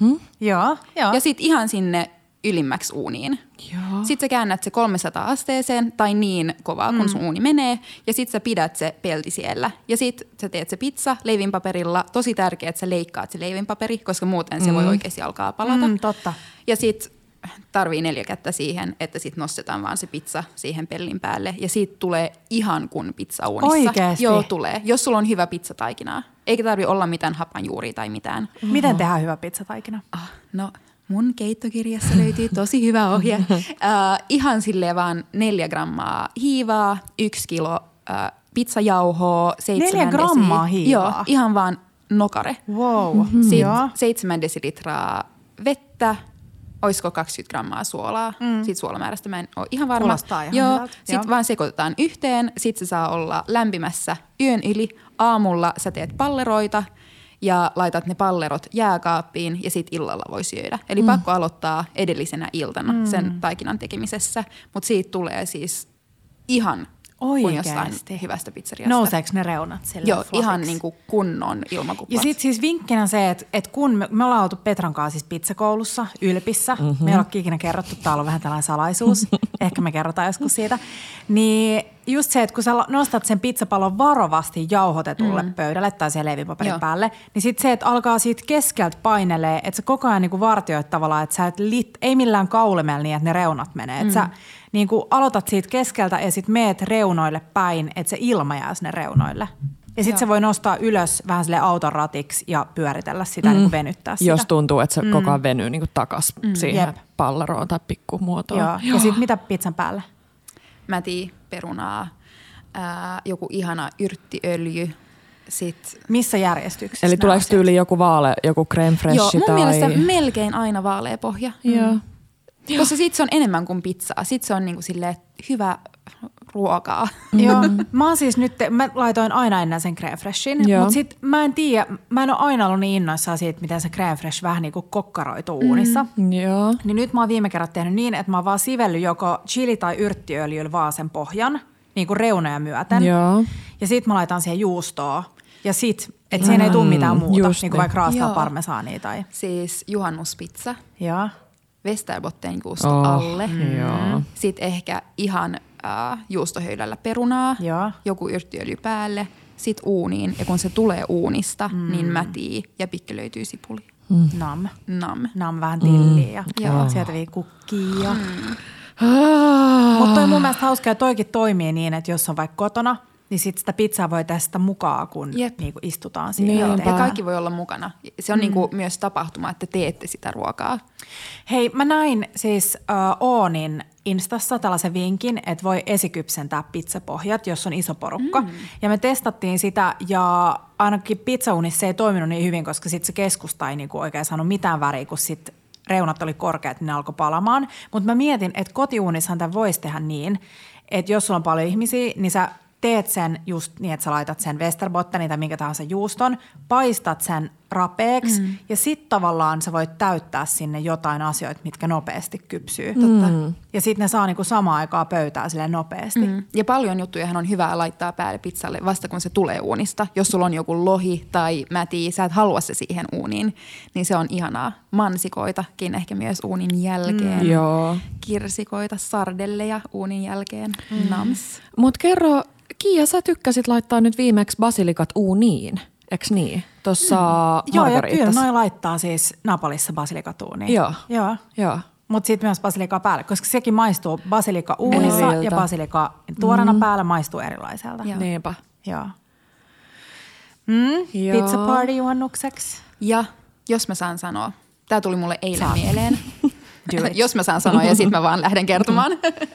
Joo, joo. ja sit ihan sinne ylimmäksi uuniin. Joo. Sitten sä käännät se kolmesataa asteeseen tai niin kovaa, kun sun uuni menee. Ja sit sä pidät se pelti siellä. Ja sit sä teet se pizza leivinpaperilla. Tosi tärkeää, että sä leikkaat se leivinpaperi, koska muuten se voi oikeasti alkaa palata. Mm, totta. Ja sit tarvii neljä kättä siihen, että sit nostetaan vaan se pizza siihen pellin päälle. Ja siitä tulee ihan kuin pizza uunissa. Oikeesti? Joo, tulee. Jos sulla on hyvä pizzataikinaa. Eikä tarvi olla mitään hapanjuuria tai mitään. Miten tehdään hyvä pizzataikina? Ah, no mun keittokirjassa löytyy tosi hyvä ohje. uh, ihan silleen vaan neljä grammaa hiivaa, yksi kilo uh, pizzajauhoa, seitsemän Neljä grammaa desi- hiivaa? Joo, ihan vaan nokare. Wow. Sitten Joo. seitsemän desilitraa vettä, olisiko kaksikymmentä grammaa suolaa. Mm. Sitten suolamäärästä mä en ole ihan varma. Kuulostaa ihan Joo. hyvältä. Sitten Joo. vaan sekoitetaan yhteen. Sitten se saa olla lämpimässä yön yli. Aamulla sä teet palleroita ja laitat ne pallerot jääkaappiin ja sitten illalla voi syödä. Eli mm. pakko aloittaa edellisenä iltana mm. sen taikinan tekemisessä. Mutta siitä tulee siis ihan kuin jostain Oikeesti. hyvästä pizzeriasta. Nouseeko ne reunat sille Joo, flatiksi? ihan niin kuin kunnon ilmakuplat. Ja sitten siis vinkkinä se, että, että kun me, me ollaan oltu Petran kanssa siis pizzakoulussa Ylpissä, mm-hmm. me ei ole ikinä kerrottu, täällä on vähän tällainen salaisuus, ehkä me kerrotaan joskus siitä, niin just se, että kun sä nostat sen pizzapallon varovasti jauhotetulle mm. pöydälle tai siihen leivinpaperin Joo. päälle, niin sitten se, että alkaa siitä keskeltä painelee, että sä koko ajan niinku vartioit tavallaan, että sä et lit, ei millään kaulimella niin, että ne reunat menee, että mm. sä niin kuin aloitat siitä keskeltä ja sitten meet reunoille päin, että se ilma jää sinne reunoille. Ja sitten se voi nostaa ylös vähän sille auton ratiksi ja pyöritellä sitä, mm. niin kuin venyttää sitä. Jos tuntuu, että se mm. koko ajan venyy niin takas mm. siihen Jep. palleroon tai pikkumuotoon. Joo. Ja sitten mitä pizzan päälle? Mäti, perunaa, ää, joku ihana yrttiöljy, sit... Missä järjestyksessä? Eli nämä tuleeko asiat? tyyli joku vaale, joku crème fraîche Joo, mun tai... mielestä melkein aina vaalea pohja. Joo. Koska sit se on enemmän kuin pizzaa. Sit se on niinku silleen hyvä ruokaa. Joo, mä oon siis nyt, mä laitoin aina ennen sen crème fraîchen, Joo. mutta sit mä en tiedä, mä en ole aina ollut niin innoissaan siitä, miten se crème fraîche vähän niin kuin kokkaroituu uunissa. Joo. Niin nyt mä oon viime kerran tehnyt niin, että mä oon vaan sivellyt joko chili- tai yrttiöljyllä vaan sen pohjan, niin kuin reunoja myöten. Joo. Ja sit mä laitan siihen juustoa. Ja sit, että siihen ei tule mitään muuta, just niin kuin niin. vaikka raastaa Joo. parmesaania tai... Siis juhannuspizza, Joo. Westerbotten-juusto Oh, alle. joo. Sitten ehkä ihan äh, juustohöylällä perunaa, Joo. joku yrttiöljy päälle, sit uuniin. Ja kun se tulee uunista, mm. niin mätii ja pikkelöityy sipuli. Mm. Nam. Nam. Nam vähän tilliä ja Joo. sietäviä kukkia. Ja... Ah. Mutta toi mun mielestä hauskaa, ja toikin toimii niin, että jos on vaikka kotona niin sitten sitä pizzaa voi tästä mukaan, kun niinku istutaan siihen. Niinpä. Ja kaikki voi olla mukana. Se on mm. niinku myös tapahtuma, että teette sitä ruokaa. Hei, mä näin siis äh, Oonin Instassa tällaisen vinkin, että voi esikypsentää pizzapohjat, jos on iso porukka. Mm. Ja me testattiin sitä ja ainakin pizzaunissa ei toiminut niin hyvin, koska sitten se keskusta ei niinku oikein saanut mitään väriä, kun sitten reunat oli korkeat, niin ne alkoi palamaan. Mutta mä mietin, että kotiuunissahan tämän voisi tehdä niin, että jos sulla on paljon ihmisiä, niin sä teet sen just niin, että sä laitat sen Westerbotteni tai minkä tahansa juuston, paistat sen rapeeksi mm. ja sitten tavallaan sä voit täyttää sinne jotain asioita, mitkä nopeasti kypsyy. Totta. Mm. Ja sitten ne saa niinku samaan aikaan pöytää silleen nopeasti. Mm. Ja paljon juttujahan on hyvää laittaa päälle pizzalle vasta kun se tulee uunista. Jos sulla on joku lohi tai mäti, sä et halua se siihen uuniin, niin se on ihanaa. Mansikoitakin ehkä myös uunin jälkeen. Mm. Joo. Kirsikoita, sardelleja uunin jälkeen. Mm. Nams. Mut kerro, Kiia, sä tykkäsit laittaa nyt viimeksi basilikat uuniin, eks niin? Tuossa mm. Joo, ja kyllä noi laittaa siis Napolissa basilikat uuniin. Joo. Joo. Joo. Mutta sitten myös basilikaa päälle, koska sekin maistuu basilika uunissa Hyviltä. ja basilika tuorena mm. päällä maistuu erilaiselta. Joo. Niinpä. Joo. Mm, Joo. pizza party juhannukseksi. Ja jos mä saan sanoa, tää tuli mulle eilen Saan. mieleen. Do it. Jos mä saan sanoa ja sitten mä vaan lähden kertomaan.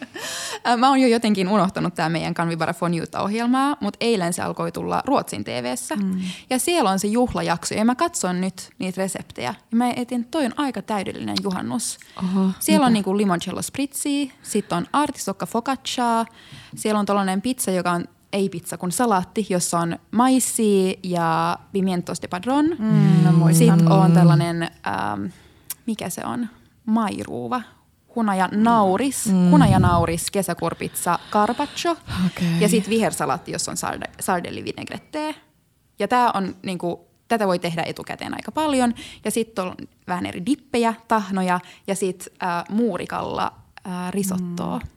Mä oon jo jotenkin unohtanut tää meidän Kan vi bara få njuta-ohjelmaa, mutta eilen se alkoi tulla Ruotsin T V:ssä. Mm. Ja siellä on se juhlajakso ja mä katson nyt niitä reseptejä. Ja mä etin, toi on aika täydellinen juhannus. Oho, siellä on niinku limoncello spritzi, sitten on artisokka focaccia, siellä on tollainen pizza, joka on ei pizza, kun salaatti, jossa on maissi ja pimientos de padron. Mm, sitten on tällainen, ähm, mikä se on? Mairuuva, hunajanauris, mm. hunajanauris, kesäkurpizza, carpaccio okay. ja sitten vihersalaatti, jossa on sarde, sardellivinegrettee. Ja tää on niinku, tätä voi tehdä etukäteen aika paljon. Ja sitten on vähän eri dippejä, tahnoja ja sitten äh, muurikalla äh, risottoa. Mm.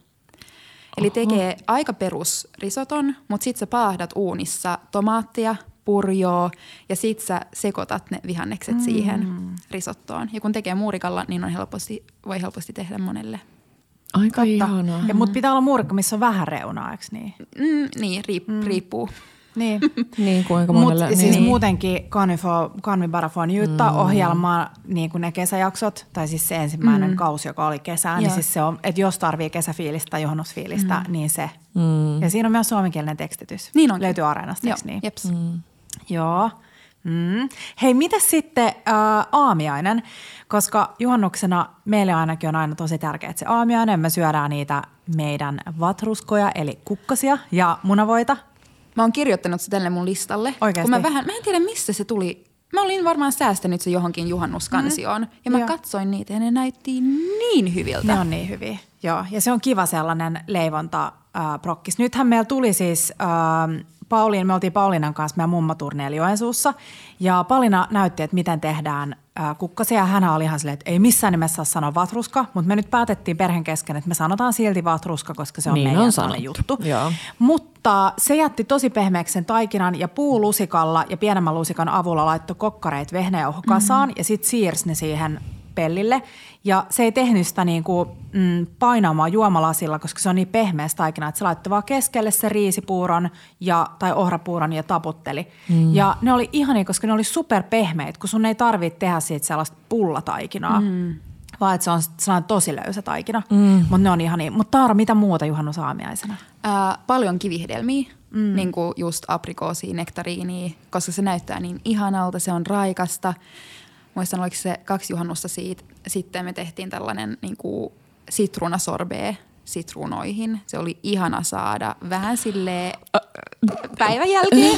Eli tekee aika perus risoton, mutta sitten sä paahdat uunissa tomaattia, purjoa ja sit sä sekoitat ne vihannekset mm. siihen risottoon. Ja kun tekee muurikalla, niin on helposti, voi helposti tehdä monelle. Aika ihanaa. Ja mut pitää olla muurikka, missä on vähän reunaa, eikö niin? Mm, niin, riip, mm. riippuu. Niin. Niin, kuinka monelle. Mutta siis niin. muutenkin Kan vi bara få njuta-ohjelmaa, niin kuin ne kesäjaksot, tai siis se ensimmäinen mm. kausi, joka oli kesää, niin siis se on, että jos tarvii kesäfiilistä tai juhannusfiilistä, mm. niin se. Mm. Ja siinä on myös suomenkielinen tekstitys. Niin onkin. Löytyy Areenasta, eikö niin? Jeps. Mm. Joo. Mm. Hei, mitäs sitten äh, aamiainen? Koska juhannuksena meille ainakin on aina tosi tärkeää, että se aamiainen, me syödään niitä meidän vatruskoja, eli kukkasia ja munavoita. Mä oon kirjoittanut se tälle mun listalle. Oikeasti? Kun mä, vähän, mä en tiedä, missä se tuli. Mä olin varmaan säästänyt se johonkin juhannuskansioon. Mm. Ja mä Joo. katsoin niitä ja ne näytti niin hyviltä. Ne on niin hyviä, joo. Ja se on kiva sellainen leivontaprokkis. Nythän meillä tuli siis, äh, Pauliin, me oltiin Pauliinan kanssa meidän mummaturneella Joensuussa. Ja Pauliina näytti, että miten tehdään äh, kukkasia. Ja hän oli ihan silleen, että ei missään nimessä saa sanoa vatruska. Mutta me nyt päätettiin perheen kesken, että me sanotaan silti vatruska, koska se on niin meidän on juttu. Joo. Mutta se jätti tosi pehmeäksi sen taikinan ja puulusikalla ja pienemmän lusikan avulla laittoi kokkareet vehnäjauhokasaan mm. ja sitten siirsi ne siihen pellille. Ja se ei tehnyt sitä niin kuin, mm, painaamaan juomalasilla, koska se on niin pehmeästä taikina, että se laittoi vaan keskelle se riisipuuron ja, tai ohrapuuron ja taputteli. Mm. Ja ne oli ihania, koska ne oli superpehmeitä, kun sun ei tarvitse tehdä siitä sellaista pullataikinaa. Mm. Vaan että se on sellainen tosi löysä taikina, mm. mutta ne on ihania. Mutta Taara, mitä muuta juhannusaamiaisena? Ää, paljon kivihedelmiä, mm. niin kuin just aprikoosia, nektariinia, koska se näyttää niin ihanalta, se on raikasta. Muistan, oliko se kaksi juhannusta siitä. Sitten me tehtiin tällainen niin kuin sitruunasorbee sitruunoihin. Se oli ihana saada vähän silleen päivän jälkeen,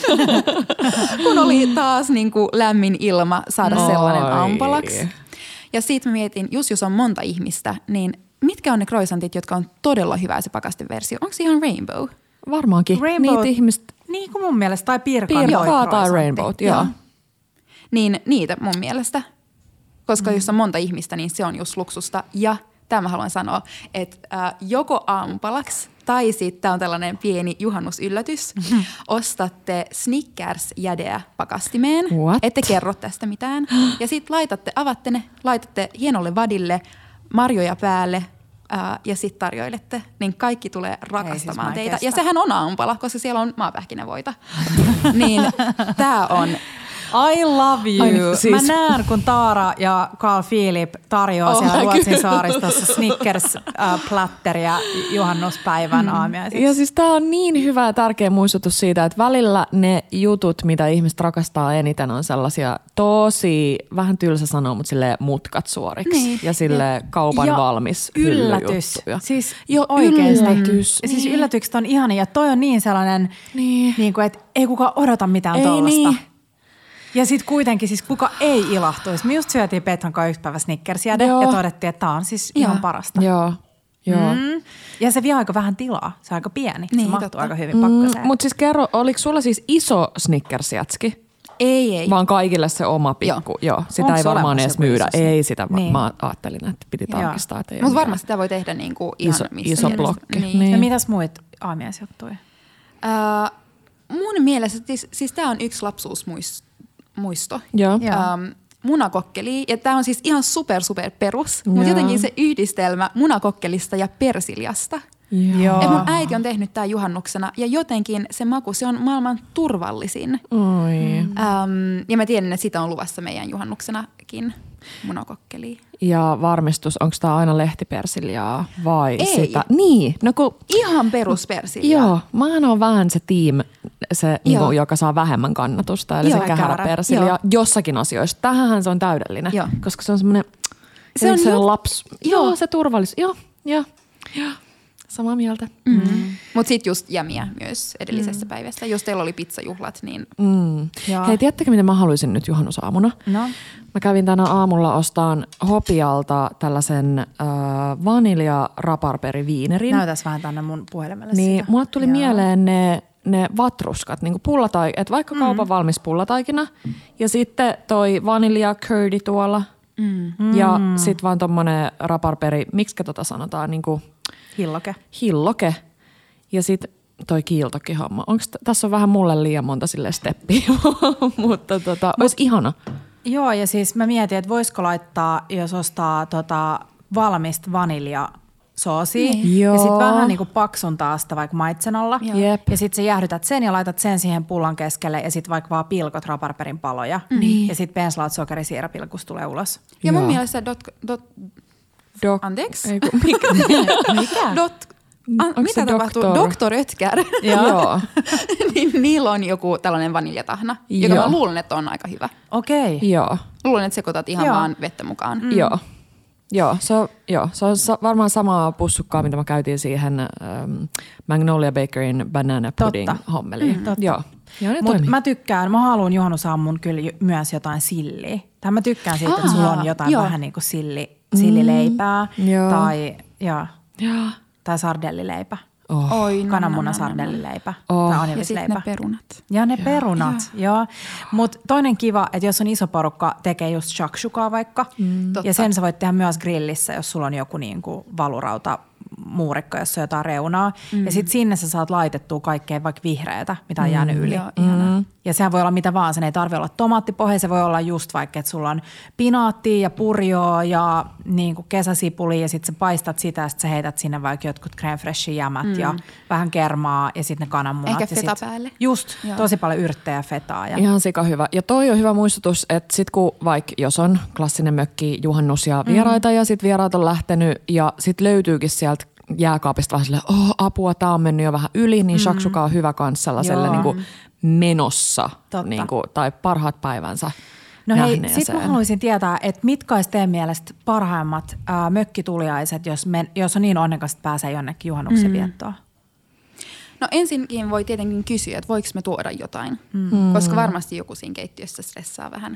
kun oli taas niin kuin lämmin ilma, saada Noi. sellainen ampalaksi. Ja sitten mä mietin, just jos on monta ihmistä, niin mitkä on ne croissantit, jotka on todella hyvä se pakasteversio? Onko se ihan rainbow? Varmaankin. Rainbow, niitä ihmistä. Niin kuin mun mielestä, tai pirkan. Pirkaa tai rainbow, joo. joo. Niin niitä mun mielestä, koska mm. jos on monta ihmistä, niin se on just luksusta. Ja tämä mä haluan sanoa, että äh, joko aamupalaksi tai sitten on tällainen pieni juhannusyllätys. Mm-hmm. Ostatte Snickers-jädeä pakastimeen, What? ette kerro tästä mitään. Ja sitten laitatte, avatte ne, laitatte hienolle vadille marjoja päälle, ää, ja sitten tarjoilette, niin kaikki tulee rakastamaan Ei, siis teitä. Ja sehän on aamupala, koska siellä on maapähkinävoita. Niin tää on... I love you. Ai, siis- Mä näen, kun Taara ja Carl Philip tarjoaa Oh, siellä Ruotsin kyllä. saaristossa Snickers-platteria juhannuspäivän mm. aamiaiseksi. Ja siis tää on niin hyvä ja tärkeä muistutus siitä, että välillä ne jutut, mitä ihmiset rakastaa eniten, on sellaisia tosi, vähän tylsä sanoa, mutta silleen mutkat suoriksi. Niin. Ja silleen kaupan Ja valmis yllätys. hyllyjuttuja. Siis Jo, oikeesti. yllätys. Siis Niin. yllätykset on ihania ja toi on niin sellainen, Niin. niin kuin, että ei kukaan odota mitään Ei tollasta. niin. Ja sitten kuitenkin siis kuka ei ilahtuisi. Me just syötiin Petran kanssa yksi päivä Snickersia Joo. ja todettiin, että tää on siis Joo. ihan parasta. Joo, joo. Mm. Ja se vie aika vähän tilaa. Se on aika pieni. Niin, se mahtuu totta. aika hyvin pakkaseen. Mm, mutta siis kerro, oliko sulla siis iso Snickers-jätski? Ei, ei. Vaan kaikille se oma pikku. Joo. Joo sitä Onks ei varmaan olemassa edes joku myydä. iso se? Ei sitä. Niin. Niin. Mä ajattelin, että piti Joo. tarkistaa. Että ei Mutta ole varmasti tämä voi tehdä niinku ihan Iso- missä iso mielessä. blokki. Niin. Niin. Ja mitäs muit aamiaisjuttuja? Äh, mun mielestä, siis, siis tämä on yksi lapsuusmuisto. Joo. Joo. Ähm, munakokkeli, ja tämä on siis ihan super super perus, mutta Joo. jotenkin se yhdistelmä munakokkelista ja persiljasta. Joo. Et mun äiti on tehnyt tää juhannuksena ja jotenkin se maku, se on maailman turvallisin. Oi. Ähm, ja mä tiedän, että sitä on luvassa meidän juhannuksenakin munakokkeli. Ja varmistus, onko tämä aina lehtipersiljaa vai Ei. sitä? Niin, no kun, Ihan peruspersiljaa. joo, mähän on vähän se team, se, niinku, Joo. joka saa vähemmän kannatusta, eli Joo, se kähärä käärä. persilja Joo. jossakin asioissa. Tähänhän se on täydellinen, Joo. koska se on semmoinen, Se se on on se jot- laps, Joo. joo, se turvallisuus, joo, joo, joo, samaa mieltä. Mm. Mutta sitten just jämiä myös edellisestä mm. päivästä. Jos teillä oli pizzajuhlat, niin Mm. Joo. Hei, tiedättekö mitä mä haluaisin nyt juhannusaamuna? No. Mä kävin tänä aamulla ostaan Hopialta tällaisen äh, vanilja-raparperi-viinerin. Näytäs vähän tänne mun puhelimelle Niin, sitä. mulle tuli Joo. mieleen ne, ne vatruskat, niin kuin pullataik, että vaikka mm. kaupan valmis pullataikina ja sitten toi vanilja curdi tuolla mm. ja sitten vaan tommonen raparperi, miksikä tota sanotaan, niin kuin Hilloke. hilloke ja sitten toi kiiltokihomma. Onko t- tässä on vähän mulle liian monta sille steppiä, mutta tota, olisi ihana. Joo, ja siis mä mietin, että voisiko laittaa, jos ostaa tota valmista vaniljasoosia Niin. ja sitten Joo. vähän niin kuin paksuntaa sitä vaikka maitsenalla. Joo. Jep. Ja sitten sä jäähdytät sen ja laitat sen siihen pullan keskelle ja sitten vaikka vaan pilkot raparperin paloja. Niin. Ja sitten penslaat sokerisiirapilkus tulee ulos. ja mun Joo. mielestä dot, dot, Dok- anteeksi? Ei, kun, mikä? Mikä? Dot, an, Onko mitä se tapahtuu? doktor? Doktor Ötkär. Joo. niin niillä on joku tällainen vaniljatahna, joka Joo. mä luulen, että on aika hyvä. Okei. Okay. Joo. Luulen, että sekoitat ihan Joo. vaan vettä mukaan. Mm. Joo. Joo, se on, joo, se on sa- varmaan samaa pussukkaa, mitä mä käytiin siihen ähm, Magnolia Bakerin banana pudding Totta. hommeliin. Mm, totta. Joo. Joo, ne Mutta toimii. mä tykkään, mä haluan juhannusaamun kyllä ju- myös jotain silliä. Tai mä tykkään siitä, että sulla on jotain joo. vähän niin kuin silli, sillileipää joo. tai, joo, Joo. tai sardellileipä. Oh. Oi, no, Kananmunan no, no, no, no. sardellileipä Oh. tai Ja sitten onivisleipä. ne perunat. Ja ne perunat, joo. Mutta toinen kiva, että jos on iso porukka, tekee just shakshukaa vaikka. Mm. Totta. Ja sen sä voit tehdä myös grillissä, jos sulla on joku niinku valurauta muurikko, jossa on jotain reunaa. Mm. Ja sitten sinne sä saat laitettua kaikkea vaikka vihreätä, mitä on mm. jäänyt yli. Joo, ihanaa. Mm. Ja sehän voi olla mitä vaan, sen ei tarvitse olla tomaattipohja, se voi olla just vaikka, että sulla on pinaattia ja purjoa ja niin kuin kesäsipuli ja sitten sä paistat sitä ja sitten sä heität sinne vaikka jotkut crème fraîche jämät mm. ja vähän kermaa ja sitten ne kananmunat. Ehkä ja feta sit, päälle. Just, Joo. tosi paljon yrttejä ja fetaa. Ja, Ihan sika hyvä. Ja toi on hyvä muistutus, että sit kun vaikka jos on klassinen mökki, juhannus ja vieraita mm. ja sit vieraat on lähtenyt ja sit löytyykin sieltä jääkaapista vähän silleen, oh, apua, tää on mennyt jo vähän yli, niin mm. shakshuka on hyvä kans sellaiselle Joo. niin kuin menossa Totta. niin kuin, tai parhaat päivänsä No hei, sit nähneeseen. mä haluaisin tietää, että mitkä olisi teidän mielestä parhaimmat ää, mökkituliaiset, jos, men, jos on niin onnekas, että pääsee jonnekin juhannuksen mm. viettoon? No ensinkin voi tietenkin kysyä, että voiko me tuoda jotain, mm. koska varmasti joku siinä keittiössä stressaa vähän.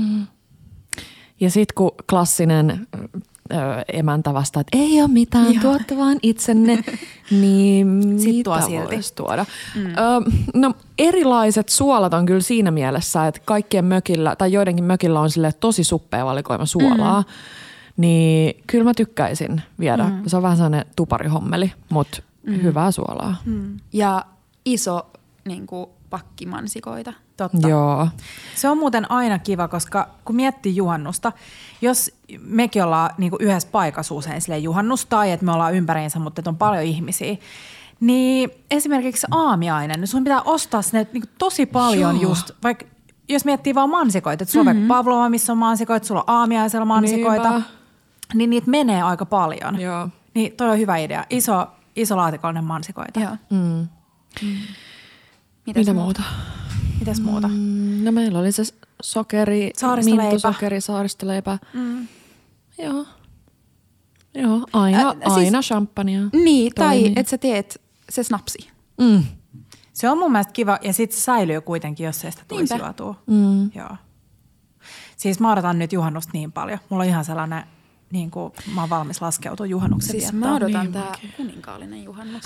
Ja sitten kun klassinen ö, emäntä vastaa, että ei ole mitään, tuotte vaan itsenne, niin Sit mitä tuo silti. voisi tuoda? Mm. Ö, no erilaiset suolat on kyllä siinä mielessä, että kaikkien mökillä, tai joidenkin mökillä on sille tosi suppea valikoima suolaa, mm. niin kyllä mä tykkäisin viedä. Mm. Se on vähän sellainen tuparihommeli, mutta mm. hyvää suolaa. Mm. Ja iso niin kuin, pakki mansikoita. Totta. Joo. Se on muuten aina kiva, koska kun miettii juhannusta, jos mekin ollaan niinku yhdessä paikassa usein silleen juhannus tai että me ollaan ympäriinsä, mutta että on paljon ihmisiä, niin esimerkiksi aamiainen, niin sun pitää ostaa sinne niinku tosi paljon Joo. just, vaikka jos miettii vaan mansikoita, että sulla on mm-hmm. vaikka Pavlova, missä on mansikoita, sulla on aamiaisella mansikoita, Niinpä. niin niitä menee aika paljon. Joo. Niin toi on hyvä idea. Iso, iso laatikollinen mansikoita. Joo. Mm. Mm. Mitä muuta? Mitäs muuta? Mm, no meillä oli se sokeri, Saaristoleipä. minttusokeri, saaristoleipä. Mm. Joo. Joo, aina, Äh, siis- aina champagnea. Niin, tai Toimii. että sä teet se snapsi. Mm. Se on mun mielestä kiva ja sitten se säilyy kuitenkin, jos ei sitä tulisi Niinpä. juotua. Mm. Joo. Siis mä odotan nyt juhannusta niin paljon. Mulla on ihan sellainen, niin kuin mä oon valmis laskeutua juhannuksen Siis viettoon. mä odotan Niin tää kuninkaallinen juhannus.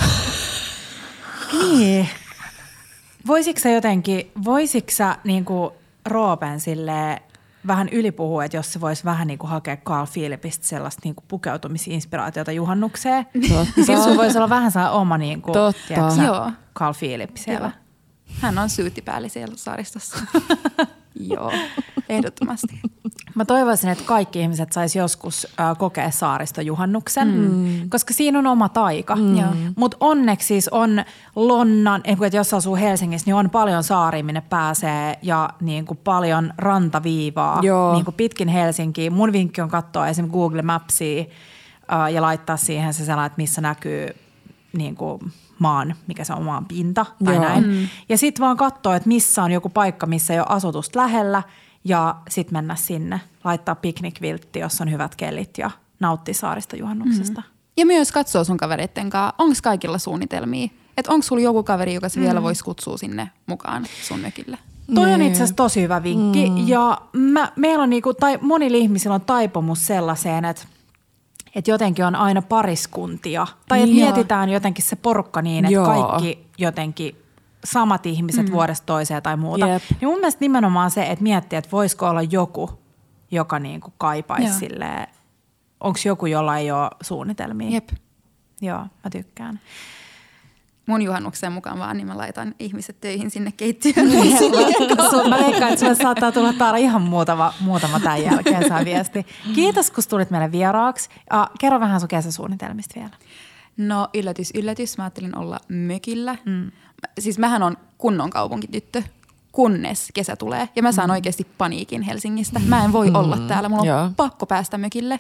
Niin. Voisitko sä jotenkin, voisitko sä niin kuin Roopen silleen vähän ylipuhua, että jos se voisi vähän niin kuin hakea Carl Philipistä sellaista niin kuin pukeutumisinspiraatiota juhannukseen, Totta. niin silloin sulla voisi olla vähän sellainen oma niin kuin, Totta. tiedätkö sä, Joo. Carl Philip siellä. Joo. Hän on syyttipääli siellä saaristossa. Joo, ehdottomasti. Mä toivoisin, että kaikki ihmiset sais joskus äh, kokea saaristojuhannuksen, mm. koska siinä on oma taika. Mm. Joo. Mutta onneksi siis on Lonnan, että jos asuu Helsingissä, niin on paljon saaria, minne pääsee ja niin kuin paljon rantaviivaa Joo. niin kuin pitkin Helsinkiä. Mun vinkki on katsoa esimerkiksi Google Mapsia äh, ja laittaa siihen se sellainen, että missä näkyy niin kuin maan, mikä se on maan pinta tai Joo. näin. Mm. Ja sitten vaan katsoa, että missä on joku paikka, missä ei ole asutusta lähellä ja sitten mennä sinne, laittaa piknikviltti, jos on hyvät kellit ja nauttia saarista juhannuksesta. Mm. Ja myös katsoo sun kavereitten kanssa, onko kaikilla suunnitelmia? Että onko sulla joku kaveri, joka se mm. vielä voisi kutsua sinne mukaan sun mökille? Toi on itse asiassa tosi hyvä vinkki mm. ja mä, meillä on niinku, tai monilla ihmisillä on taipumus sellaiseen, että että jotenkin on aina pariskuntia. Tai että Joo. mietitään jotenkin se porukka niin, että Joo. kaikki jotenkin samat ihmiset mm. vuodesta toiseen tai muuta. Jep. Niin mun mielestä nimenomaan se, että miettii, että voisiko olla joku, joka niinku kaipaisi Joo. silleen, onko joku, jolla ei ole suunnitelmia. Jep. Joo, mä tykkään. Mun juhannuksen mukaan vaan, niin mä laitan ihmiset töihin sinne keittiöön. Sun- Mä veikkaan, että sulle saattaa tulla Taara ihan muutama, muutama tämän jälkeen saa viesti. Kiitos, kun tulit meille vieraaksi. Ja kerro vähän sun kesäsuunnitelmista vielä. No yllätys, yllätys. Mä ajattelin olla mökillä. Mm. Siis mähän on kunnon kaupunkityttö, kunnes kesä tulee. Ja mä saan mm. oikeasti paniikin Helsingistä. Mä en voi mm. olla täällä. Mulla on Joo. pakko päästä mökille.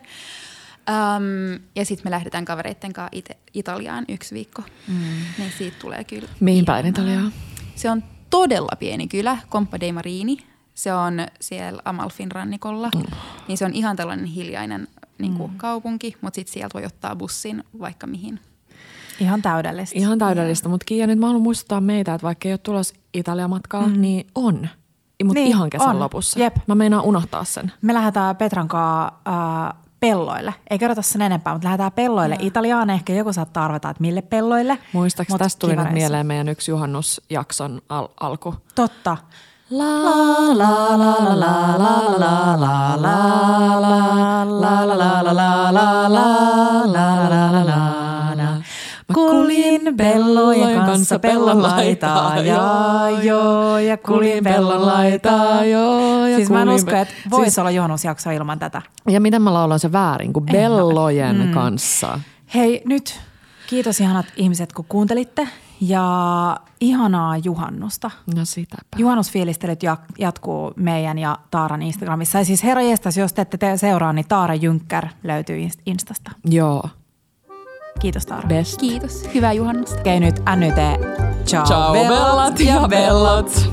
Um, ja sitten me lähdetään kavereitten kanssa Ite- Italiaan yksi viikko. Mm. Niin siitä tulee kyllä. Mihin päin Italiaa? Se on todella pieni kylä, Compa dei Marini. Se on siellä Amalfin rannikolla. Mm. Niin se on ihan tällainen hiljainen niin kuin mm. kaupunki, mutta sitten sieltä voi ottaa bussin vaikka mihin. Ihan täydellistä. Ihan täydellistä, mutta Kiia, nyt mä haluan muistuttaa meitä, että vaikka ei ole tulossa Italia-matkaa, mm. niin on. Mutta Niin, ihan kesän on. lopussa. Jep. Mä meinaan unohtaa sen. Me lähdetään Petran kanssa äh, pelloille. Ei kerrota sen enempää, mutta lähdetään pelloille Joo. Italiaan. Ehkä joku saattaa arvata, että mille pelloille. Muistaaks Mut tästä tuli kiva nyt reissu. mieleen meidän yksi juhannusjakson al- alku? Totta. La la la la la la la la la la la la la la la la la la. Mä Kuljin pellojen kanssa pellon laitaa, ja joo, ja kuljin pellon laitaa, joo. Siis mä en usko, että voisi olla juhannusjakso ilman tätä. Ja miten mä laulan se väärin, kuin bellojen kanssa. Hei, nyt kiitos ihanat ihmiset, kun kuuntelitte, ja ihanaa juhannusta. No sitäpä. Juhannusfiilistelyt jatkuu meidän ja Taaran Instagramissa. Ja siis herra jestas, jos te ette te seuraa, niin Taara Jynkkär löytyy Instasta. Joo. Kiitos Taara. Best. Kiitos. Hyvää juhannusta. Okei, nyt N Y T. Ciao, Ciao bellat ja bellat.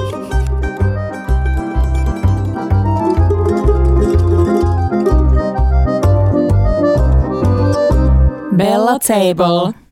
Bella Table.